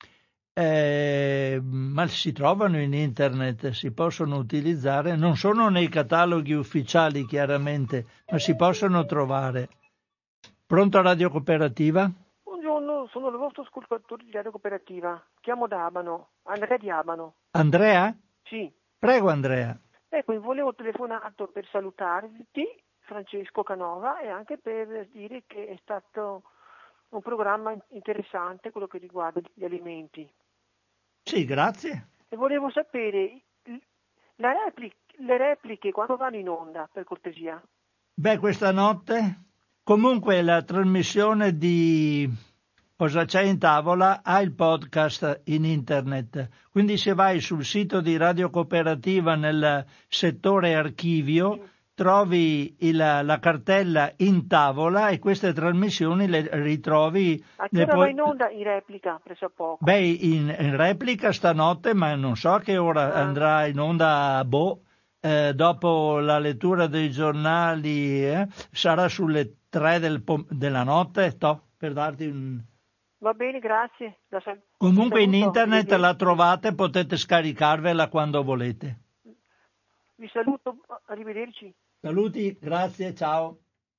Ma si trovano in internet, si possono utilizzare, non sono nei cataloghi ufficiali chiaramente, ma si possono trovare. Pronto Radio Cooperativa? Buongiorno, sono il vostro ascoltatore di Radio Cooperativa, chiamo da Abano, Andrea di Abano. Andrea? Sì. Prego Andrea. Ecco, volevo telefonato per salutarti, Francesco Canova, e anche per dire che è stato un programma interessante quello che riguarda gli alimenti. Sì, grazie. E volevo sapere le repliche quando vanno in onda, per cortesia. Beh, questa notte comunque la trasmissione di Cosa c'è in tavola ha il podcast in internet, quindi se vai sul sito di Radio Cooperativa nel settore archivio trovi la cartella in tavola e queste trasmissioni le ritrovi. A che ora va in onda in replica presso poco? Beh, in replica stanotte, ma non so a che ora andrà in onda dopo la lettura dei giornali, sarà sulle 3 della notte, per darti un... Va bene, grazie. Comunque in internet la trovate, potete scaricarvela quando volete. Vi saluto, arrivederci. Saluti, grazie, ciao.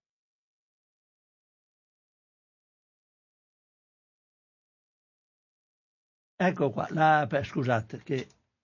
Ecco qua, scusate che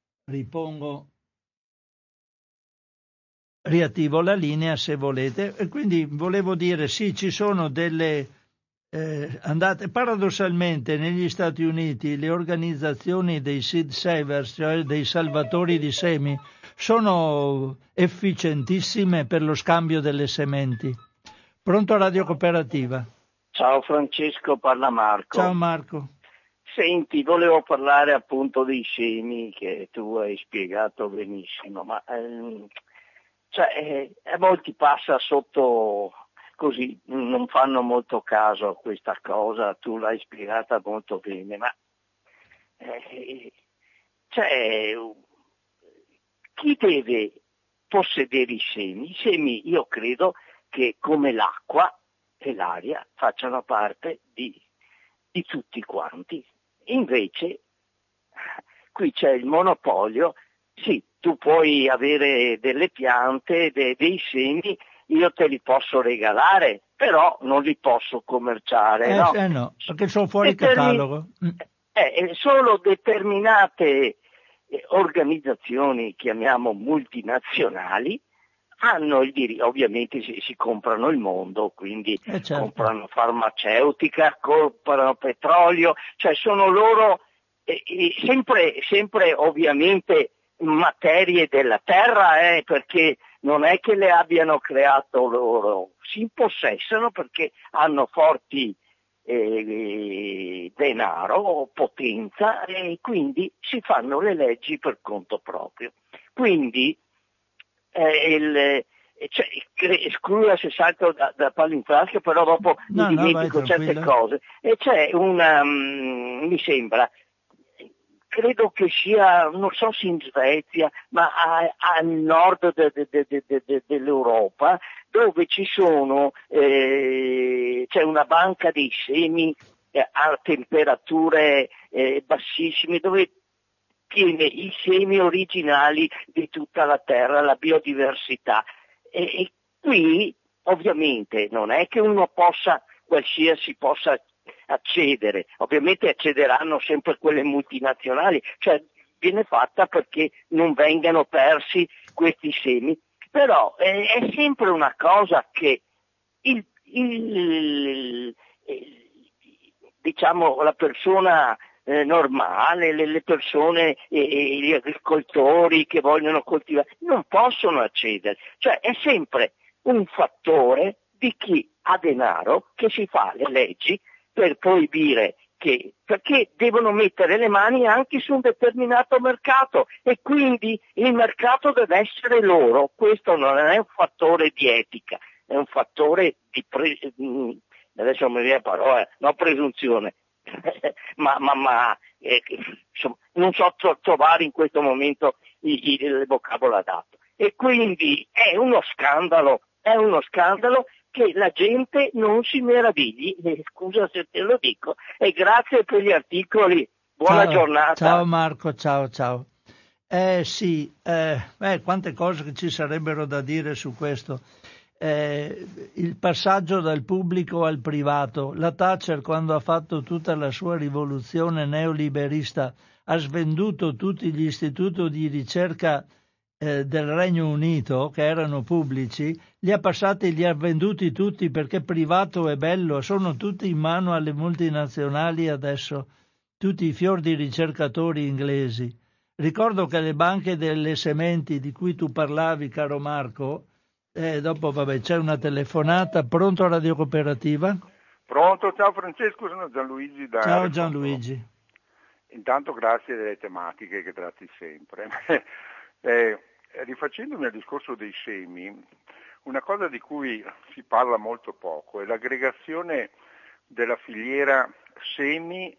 riattivo la linea se volete. E quindi volevo dire, sì, ci sono delle... paradossalmente negli Stati Uniti le organizzazioni dei seed savers, cioè dei salvatori di semi, sono efficientissime per lo scambio delle sementi. Pronto Radio Cooperativa? Ciao Francesco, parla Marco. Ciao Marco. Senti, volevo parlare appunto dei semi che tu hai spiegato benissimo, ma a molti passa sotto... Così non fanno molto caso a questa cosa, tu l'hai spiegata molto bene, ma chi deve possedere i semi? I semi io credo che come l'acqua e l'aria facciano parte di tutti quanti. Invece qui c'è il monopolio, sì, tu puoi avere delle piante, dei semi, io te li posso regalare, però non li posso commerciare. No, perché sono fuori catalogo. Solo determinate organizzazioni, chiamiamo multinazionali, hanno il diritto, ovviamente si comprano il mondo, quindi certo. comprano farmaceutica, comprano petrolio, cioè sono loro sempre ovviamente materie della terra, perché non è che le abbiano creato loro, si impossessano perché hanno forti denaro, potenza, e quindi si fanno le leggi per conto proprio. Quindi scusa se salto da palo in frasca, però dopo mi dimentico certe cose. E c'è mi sembra, credo che sia, non so se in Svezia, ma al nord dell'Europa, dove ci sono, c'è una banca dei semi a temperature bassissime, dove tiene i semi originali di tutta la terra, la biodiversità. E qui ovviamente non è che uno qualsiasi possa accedere, ovviamente accederanno sempre quelle multinazionali, cioè viene fatta perché non vengano persi questi semi, però è sempre una cosa che diciamo la persona normale, le persone, gli agricoltori che vogliono coltivare, non possono accedere, cioè è sempre un fattore di chi ha denaro che si fa le leggi per proibire, perché devono mettere le mani anche su un determinato mercato e quindi il mercato deve essere loro. Questo non è un fattore di etica, è un fattore di adesso mi viene parola, no presunzione, ma insomma, non so trovare in questo momento il vocabolo adatto. E quindi è uno scandalo che la gente non si meravigli, scusa se te lo dico, e grazie per gli articoli, buona giornata. Ciao Marco, ciao. Sì, quante cose che ci sarebbero da dire su questo. Il passaggio dal pubblico al privato, la Thatcher quando ha fatto tutta la sua rivoluzione neoliberista ha svenduto tutti gli istituti di ricerca del Regno Unito che erano pubblici, li ha venduti tutti perché privato è bello, sono tutti in mano alle multinazionali adesso, tutti i fior di ricercatori inglesi. Ricordo che le banche delle sementi di cui tu parlavi, caro Marco, dopo c'è una telefonata. Pronto a Radio Cooperativa? Pronto, ciao Francesco, sono Gianluigi da Ciao Gianluigi. Intanto grazie delle tematiche che tratti sempre. Rifacendomi al discorso dei semi, una cosa di cui si parla molto poco è l'aggregazione della filiera semi,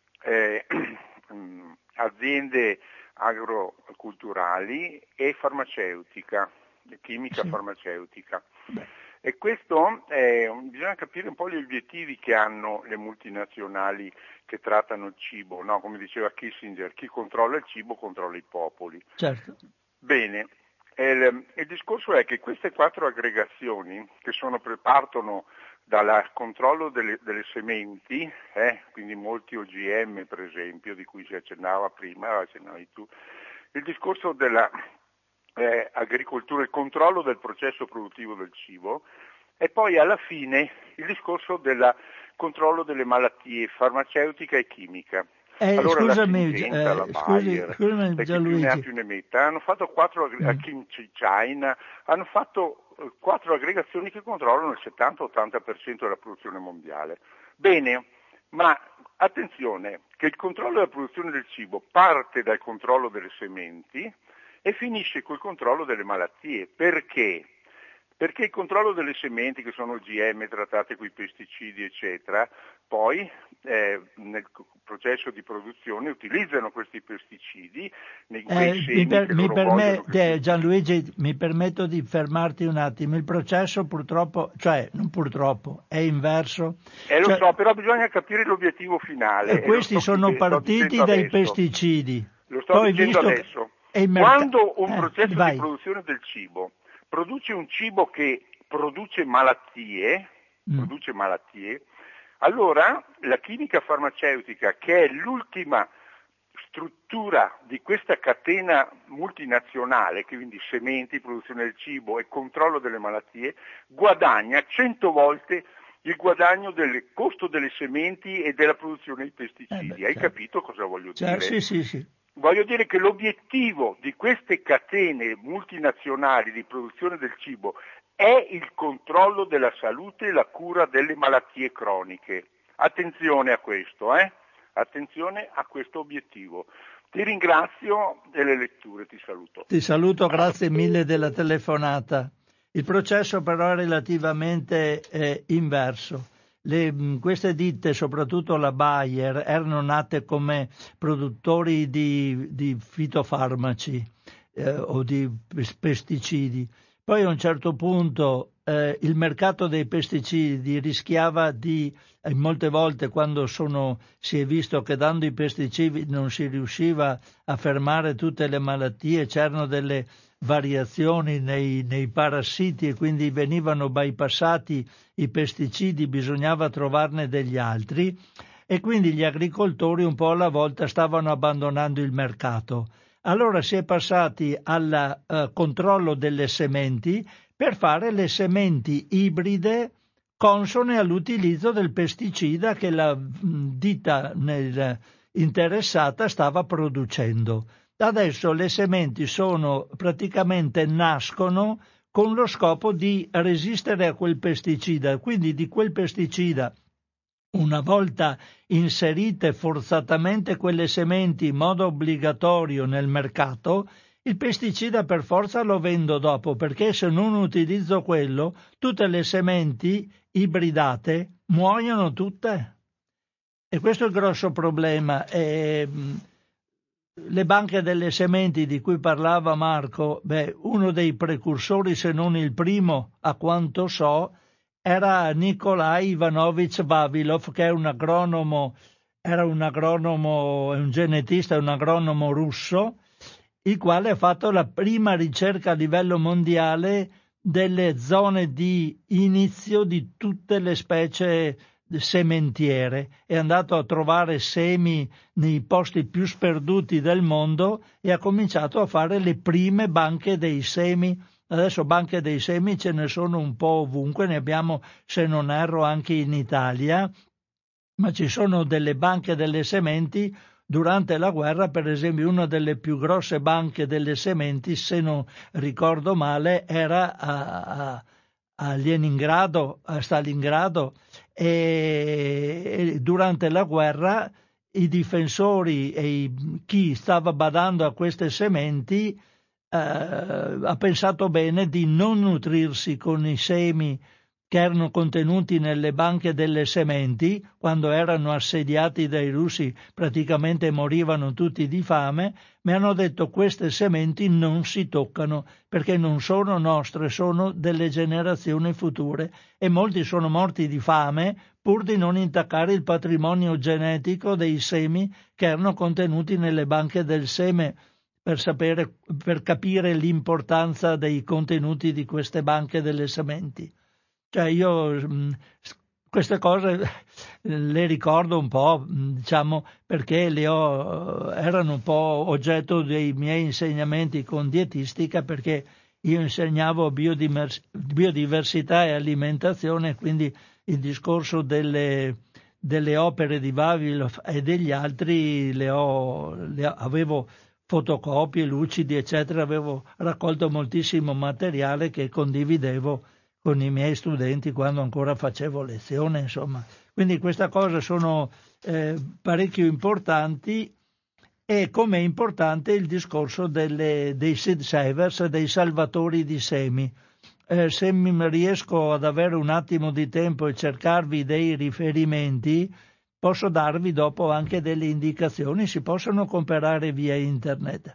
aziende agroculturali e farmaceutica, chimica farmaceutica. E questo bisogna capire un po' gli obiettivi che hanno le multinazionali che trattano il cibo, no? Come diceva Kissinger, chi controlla il cibo controlla i popoli. Certo. Bene, il discorso è che queste 4 aggregazioni che partono dal controllo delle sementi, quindi molti OGM per esempio, di cui si accennava prima, accennavi tu, il discorso della agricoltura, il controllo del processo produttivo del cibo, e poi alla fine il discorso del controllo delle malattie farmaceutica e chimica. Allora scusami, la Syngenta, la Bayer, scusami Gianluigi, più ne metta, hanno fatto 4 a Kimchi China, hanno fatto 4 aggregazioni che controllano il 70-80% della produzione mondiale. Bene, ma attenzione che il controllo della produzione del cibo parte dal controllo delle sementi e finisce col controllo delle malattie. Perché? Perché il controllo delle sementi, che sono OGM trattate con i pesticidi, eccetera, poi nel processo di produzione utilizzano questi pesticidi nei semi Gianluigi, mi permetto di fermarti un attimo. Il processo purtroppo, cioè non purtroppo, è inverso. Lo so, però bisogna capire l'obiettivo finale. E questi sono partiti dai pesticidi. Lo sto dicendo adesso. Quando un processo di produzione del cibo produce un cibo che produce malattie, allora la chimica farmaceutica, che è l'ultima struttura di questa catena multinazionale, che quindi sementi, produzione del cibo e controllo delle malattie, guadagna 100 volte il guadagno del costo delle sementi e della produzione di pesticidi. Hai capito cosa voglio dire? Sì. Voglio dire che l'obiettivo di queste catene multinazionali di produzione del cibo è il controllo della salute e la cura delle malattie croniche. Attenzione a questo, Attenzione a questo obiettivo. Ti ringrazio delle letture, ti saluto. Ti saluto, grazie mille della telefonata. Il processo però è relativamente inverso. Queste ditte, soprattutto la Bayer, erano nate come produttori di fitofarmaci o di pesticidi. Poi a un certo punto il mercato dei pesticidi rischiava molte volte quando si è visto che dando i pesticidi non si riusciva a fermare tutte le malattie, c'erano delle variazioni nei parassiti e quindi venivano bypassati i pesticidi, bisognava trovarne degli altri e quindi gli agricoltori un po' alla volta stavano abbandonando il mercato. Allora si è passati al controllo delle sementi per fare le sementi ibride consone all'utilizzo del pesticida che la ditta interessata stava producendo. Adesso le sementi praticamente nascono con lo scopo di resistere a quel pesticida, quindi di quel pesticida, una volta inserite forzatamente quelle sementi in modo obbligatorio nel mercato, il pesticida per forza lo vendo dopo, perché se non utilizzo quello, tutte le sementi ibridate muoiono tutte. E questo è il grosso problema. Le banche delle sementi di cui parlava Marco, uno dei precursori, se non il primo, a quanto so, era Nikolai Ivanovich Vavilov, che è un agronomo, era un genetista, un agronomo russo, il quale ha fatto la prima ricerca a livello mondiale delle zone di inizio di tutte le specie sementiere. È andato a trovare semi nei posti più sperduti del mondo e ha cominciato a fare le prime banche dei semi. Adesso banche dei semi ce ne sono un po' ovunque, ne abbiamo, se non erro, anche in Italia, ma ci sono delle banche delle sementi. Durante la guerra, per esempio, una delle più grosse banche delle sementi, se non ricordo male, era a Leningrado, a Stalingrado, e durante la guerra i difensori e chi stava badando a queste sementi ha pensato bene di non nutrirsi con i semi che erano contenuti nelle banche delle sementi. Quando erano assediati dai russi praticamente morivano tutti di fame, ma hanno detto queste sementi non si toccano perché non sono nostre, sono delle generazioni future, e molti sono morti di fame pur di non intaccare il patrimonio genetico dei semi che erano contenuti nelle banche del seme, per capire l'importanza dei contenuti di queste banche delle sementi. Cioè io queste cose le ricordo un po', diciamo, perché erano un po' oggetto dei miei insegnamenti con dietistica, perché io insegnavo biodiversità e alimentazione, quindi il discorso delle opere di Vavilov e degli altri avevo fotocopie, lucidi, eccetera, avevo raccolto moltissimo materiale che condividevo con i miei studenti quando ancora facevo lezione, insomma. Quindi queste cose sono parecchio importanti, e come è importante il discorso dei seed savers, dei salvatori di semi. Se riesco ad avere un attimo di tempo e cercarvi dei riferimenti, posso darvi dopo anche delle indicazioni, si possono comprare via internet.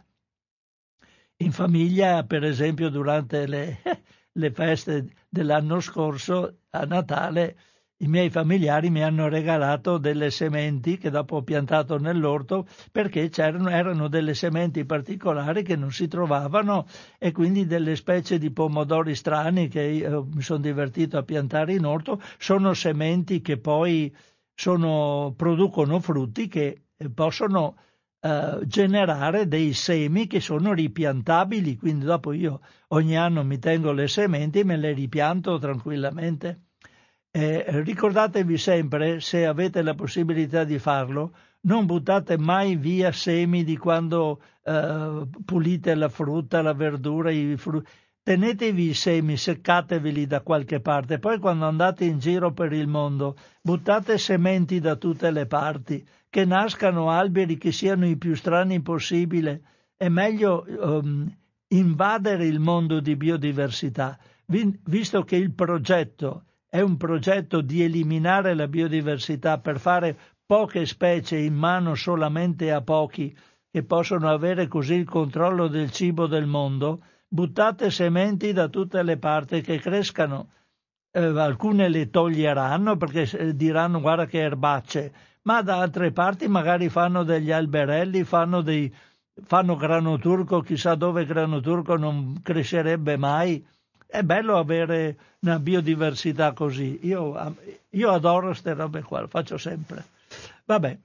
In famiglia, per esempio, durante le feste dell'anno scorso, a Natale, i miei familiari mi hanno regalato delle sementi che dopo ho piantato nell'orto, perché erano delle sementi particolari che non si trovavano, e quindi delle specie di pomodori strani che io mi sono divertito a piantare in orto. Sono sementi che poi producono frutti che possono generare dei semi che sono ripiantabili, quindi dopo io ogni anno mi tengo le sementi e me le ripianto tranquillamente. Ricordatevi sempre, se avete la possibilità di farlo, non buttate mai via semi di quando pulite la frutta, la verdura, tenetevi i semi, seccateveli da qualche parte, poi quando andate in giro per il mondo buttate sementi da tutte le parti, che nascano alberi che siano i più strani possibile. È meglio invadere il mondo di biodiversità, visto che il progetto è un progetto di eliminare la biodiversità per fare poche specie in mano solamente a pochi che possono avere così il controllo del cibo del mondo. Buttate sementi da tutte le parti che crescano. Alcune le toglieranno perché diranno guarda che erbacce, ma da altre parti magari fanno degli alberelli, fanno grano turco, chissà dove grano turco non crescerebbe mai. È bello avere una biodiversità così. Io adoro queste robe qua, lo faccio sempre. Vabbè,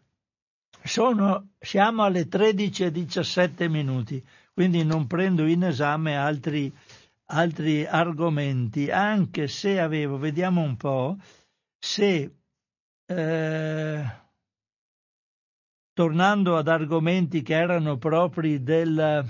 siamo alle 13:17, quindi non prendo in esame altri argomenti, anche se vediamo un po', se tornando ad argomenti che erano propri del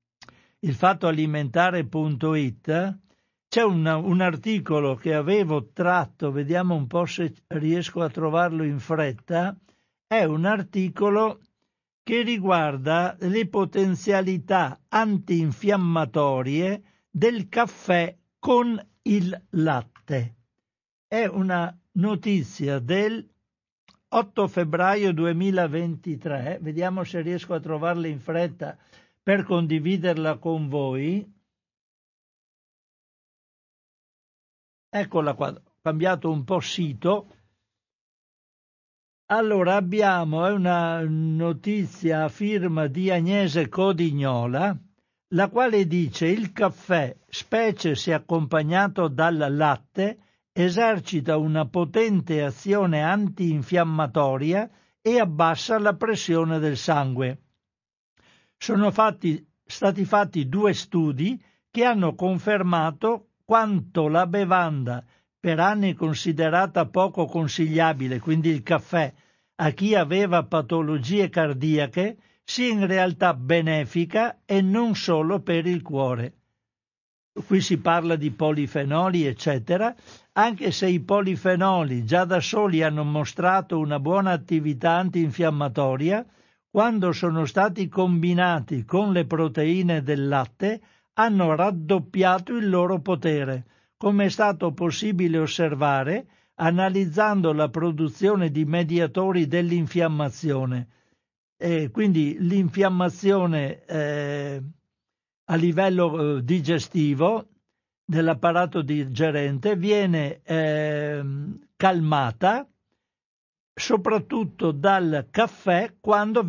ilfattoalimentare.it, c'è un articolo che avevo tratto, vediamo un po' se riesco a trovarlo in fretta, è un articolo che riguarda le potenzialità antinfiammatorie del caffè con il latte. È una notizia del 8 febbraio 2023, vediamo se riesco a trovarla in fretta per condividerla con voi. Eccola qua, ho cambiato un po' sito. Allora abbiamo una notizia a firma di Agnese Codignola, la quale dice: il caffè, specie se accompagnato dal latte, esercita una potente azione antinfiammatoria e abbassa la pressione del sangue. Sono stati fatti 2 studi che hanno confermato quanto la bevanda, per anni considerata poco consigliabile, quindi il caffè, a chi aveva patologie cardiache, sia in realtà benefica e non solo per il cuore. Qui si parla di polifenoli, eccetera, anche se i polifenoli già da soli hanno mostrato una buona attività antinfiammatoria, quando sono stati combinati con le proteine del latte hanno raddoppiato il loro potere, come è stato possibile osservare analizzando la produzione di mediatori dell'infiammazione. Quindi l'infiammazione a livello digestivo dell'apparato digerente viene calmata soprattutto dal caffè quando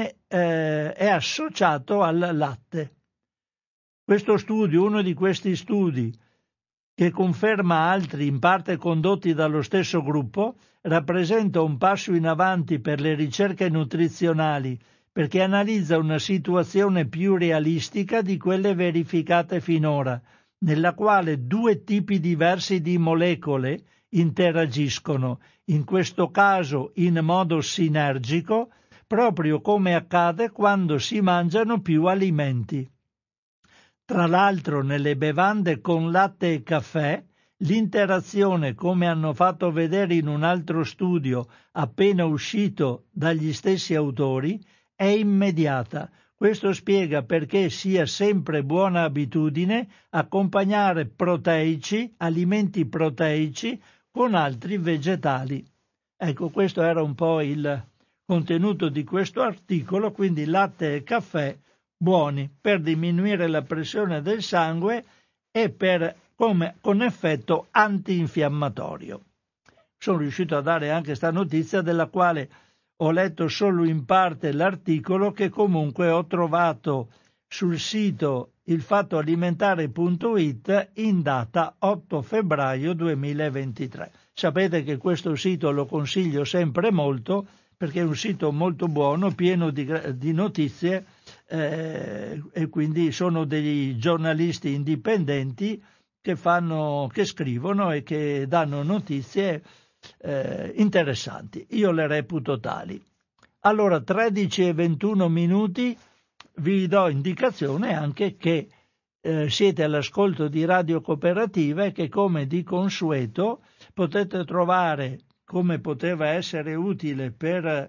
è associato al latte. Questo studio, uno di questi studi, che conferma altri in parte condotti dallo stesso gruppo, rappresenta un passo in avanti per le ricerche nutrizionali, perché analizza una situazione più realistica di quelle verificate finora, nella quale 2 tipi diversi di molecole interagiscono, in questo caso in modo sinergico, proprio come accade quando si mangiano più alimenti. Tra l'altro, nelle bevande con latte e caffè, l'interazione, come hanno fatto vedere in un altro studio appena uscito dagli stessi autori, è immediata. Questo spiega perché sia sempre buona abitudine accompagnare alimenti proteici con altri vegetali. Ecco, questo era un po' il contenuto di questo articolo, quindi latte e caffè buoni per diminuire la pressione del sangue e con effetto antinfiammatorio. Sono riuscito a dare anche questa notizia, della quale ho letto solo in parte l'articolo, che comunque ho trovato sul sito ilfattoalimentare.it in data 8 febbraio 2023. Sapete che questo sito lo consiglio sempre molto, perché è un sito molto buono, pieno di notizie, e quindi sono dei giornalisti indipendenti che scrivono e che danno notizie interessanti. Io le reputo tali. Allora, 13:21, vi do indicazione anche che siete all'ascolto di Radio Cooperativa e che, come di consueto, potete trovare, come poteva essere utile per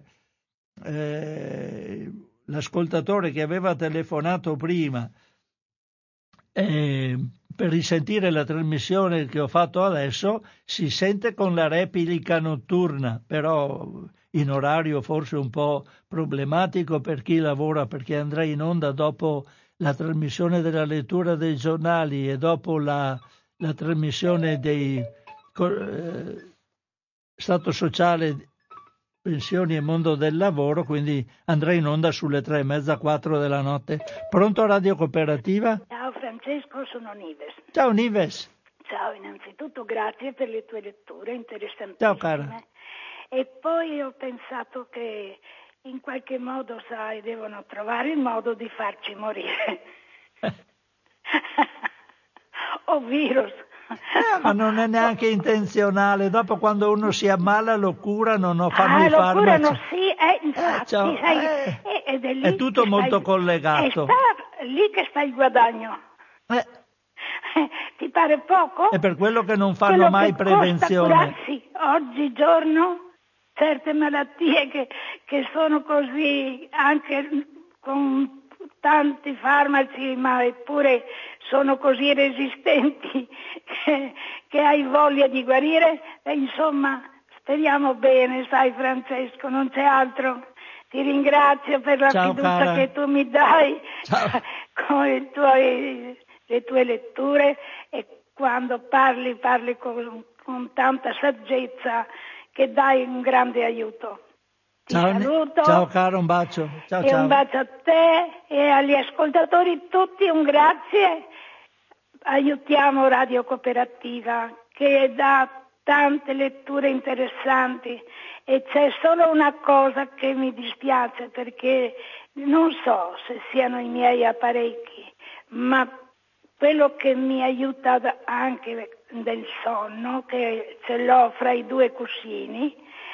l'ascoltatore che aveva telefonato prima, per risentire la trasmissione che ho fatto adesso, si sente con la replica notturna, però in orario forse un po' problematico per chi lavora, perché andrà in onda dopo la trasmissione della lettura dei giornali e dopo la trasmissione dei Stato sociale, pensioni e mondo del lavoro, quindi andrà in onda sulle 3:30, 4 della notte. Pronto, Radio Cooperativa? Ciao Francesco, sono Nives. Ciao Nives. Ciao, innanzitutto grazie per le tue letture interessantissime. Ciao cara. E poi ho pensato che in qualche modo, sai, devono trovare il modo di farci morire. O virus. Ma non è neanche intenzionale. Dopo, quando uno si ammala, lo curano, non fanno i lo farmaci. curano, sì, infatti. Sai, ed è, lì è tutto molto collegato. È lì che sta il guadagno. Ti pare poco? È per quello che non fanno mai prevenzione. Curarsi oggigiorno certe malattie che sono così, anche con tanti farmaci, ma eppure sono così resistenti che hai voglia di guarire. E insomma, speriamo bene, sai Francesco, non c'è altro. Ti ringrazio per la fiducia cara. che tu mi dai con le tue letture, e quando parli con tanta saggezza che dai un grande aiuto. Ti saluto. Ciao caro, un bacio. Ciao, e un bacio a te e agli ascoltatori tutti, un grazie. Aiutiamo Radio Cooperativa che dà tante letture interessanti, e c'è solo una cosa che mi dispiace, perché non so se siano i miei apparecchi, ma quello che mi aiuta anche del sonno, che ce l'ho fra i due cuscini,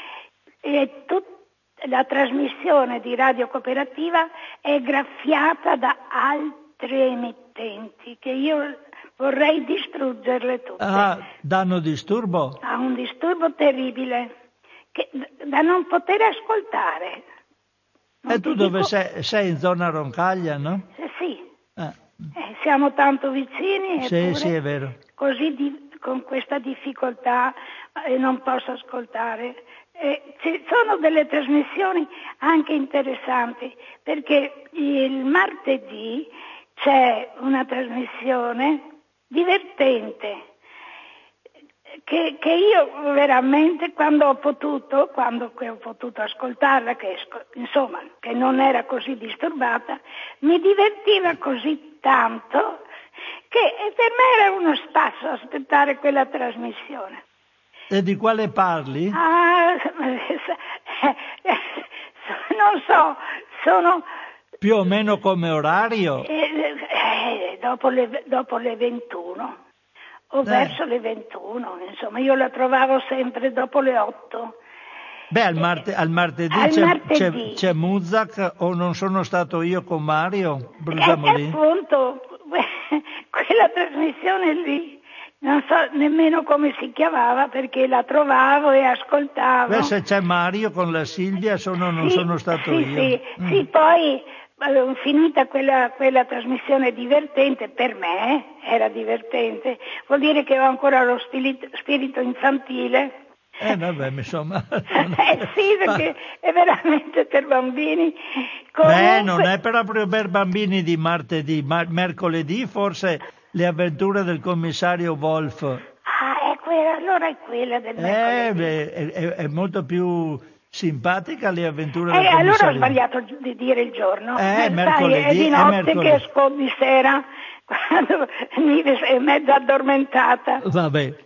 e la trasmissione di Radio Cooperativa è graffiata da altre emittenti che io vorrei distruggerle tutte. Danno disturbo? Ha un disturbo terribile da non poter ascoltare. E tu dove sei? In zona Roncaglia, no? Sì. Siamo tanto vicini, sì, è vero. Così con questa difficoltà non posso ascoltare. Ci sono delle trasmissioni anche interessanti, perché il martedì c'è una trasmissione divertente che io veramente quando ho potuto ascoltarla, che non era così disturbata, mi divertiva così tanto che per me era uno spasso aspettare quella trasmissione. E di quale parli? Non so, sono... Più o meno come orario? Dopo le 21 o verso le 21, insomma, io la trovavo sempre dopo le 8. Beh, al martedì c'è Muzak, o non sono stato io con Mario Brusamolini? Appunto, quella trasmissione lì, non so nemmeno come si chiamava, perché la trovavo e ascoltavo. Beh, se c'è Mario con la Silvia, non sono stato io. Sì, poi finita quella trasmissione divertente, per me era divertente, vuol dire che ho ancora lo spirito infantile. Vabbè, insomma. Sì, perché è veramente per bambini. Non è proprio per bambini di martedì, ma mercoledì forse le avventure del commissario Wolf. Allora è quella del mercoledì. È molto più simpatica le avventure del commissario. Allora ho sbagliato di dire il giorno. Mercoledì. È di notte che esco di sera, quando mi è mezza addormentata. Vabbè.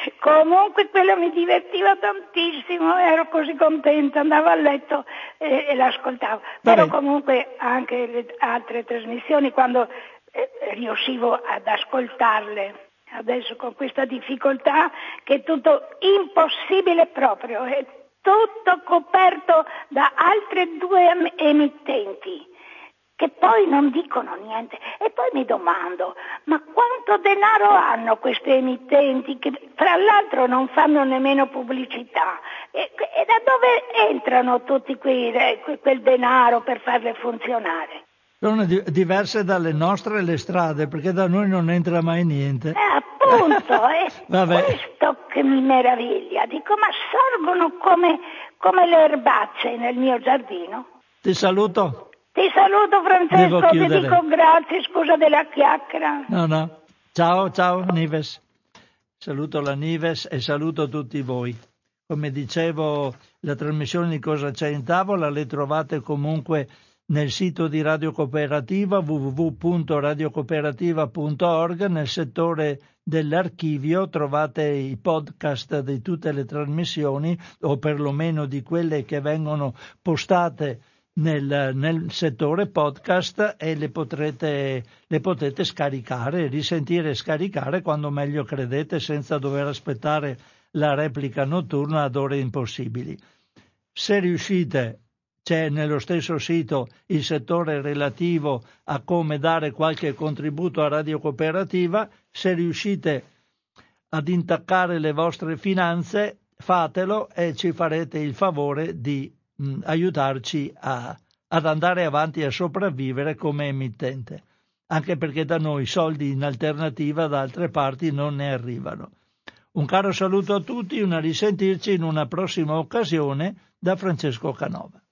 Comunque quello mi divertiva tantissimo, ero così contenta, andavo a letto e l'ascoltavo. Però comunque anche le altre trasmissioni, quando riuscivo ad ascoltarle, adesso con questa difficoltà che è tutto impossibile proprio, è tutto coperto da altre 2 emittenti che poi non dicono niente. E poi mi domando, ma quanto denaro hanno questi emittenti che fra l'altro non fanno nemmeno pubblicità? E da dove entrano tutti quel denaro per farle funzionare? Sono diverse dalle nostre le strade, perché da noi non entra mai niente. Appunto, è questo che mi meraviglia. Dico, ma sorgono come le erbacce nel mio giardino. Ti saluto. Ti saluto, Francesco, ti dico grazie, scusa della chiacchiera. No. Ciao Nives. Saluto la Nives e saluto tutti voi. Come dicevo, la trasmissione di Cosa c'è in tavola le trovate comunque nel sito di Radio Cooperativa www.radiocooperativa.org. Nel settore dell'archivio trovate i podcast di tutte le trasmissioni, o perlomeno di quelle che vengono postate nel settore podcast, e le potete scaricare, risentire e scaricare quando meglio credete, senza dover aspettare la replica notturna ad ore impossibili. Se riuscite, c'è nello stesso sito il settore relativo a come dare qualche contributo a Radio Cooperativa. Se riuscite ad intaccare le vostre finanze, fatelo e ci farete il favore di aiutarci ad andare avanti a sopravvivere come emittente, anche perché da noi soldi in alternativa da altre parti non ne arrivano. Un caro saluto a tutti, una risentirci in una prossima occasione da Francesco Canova.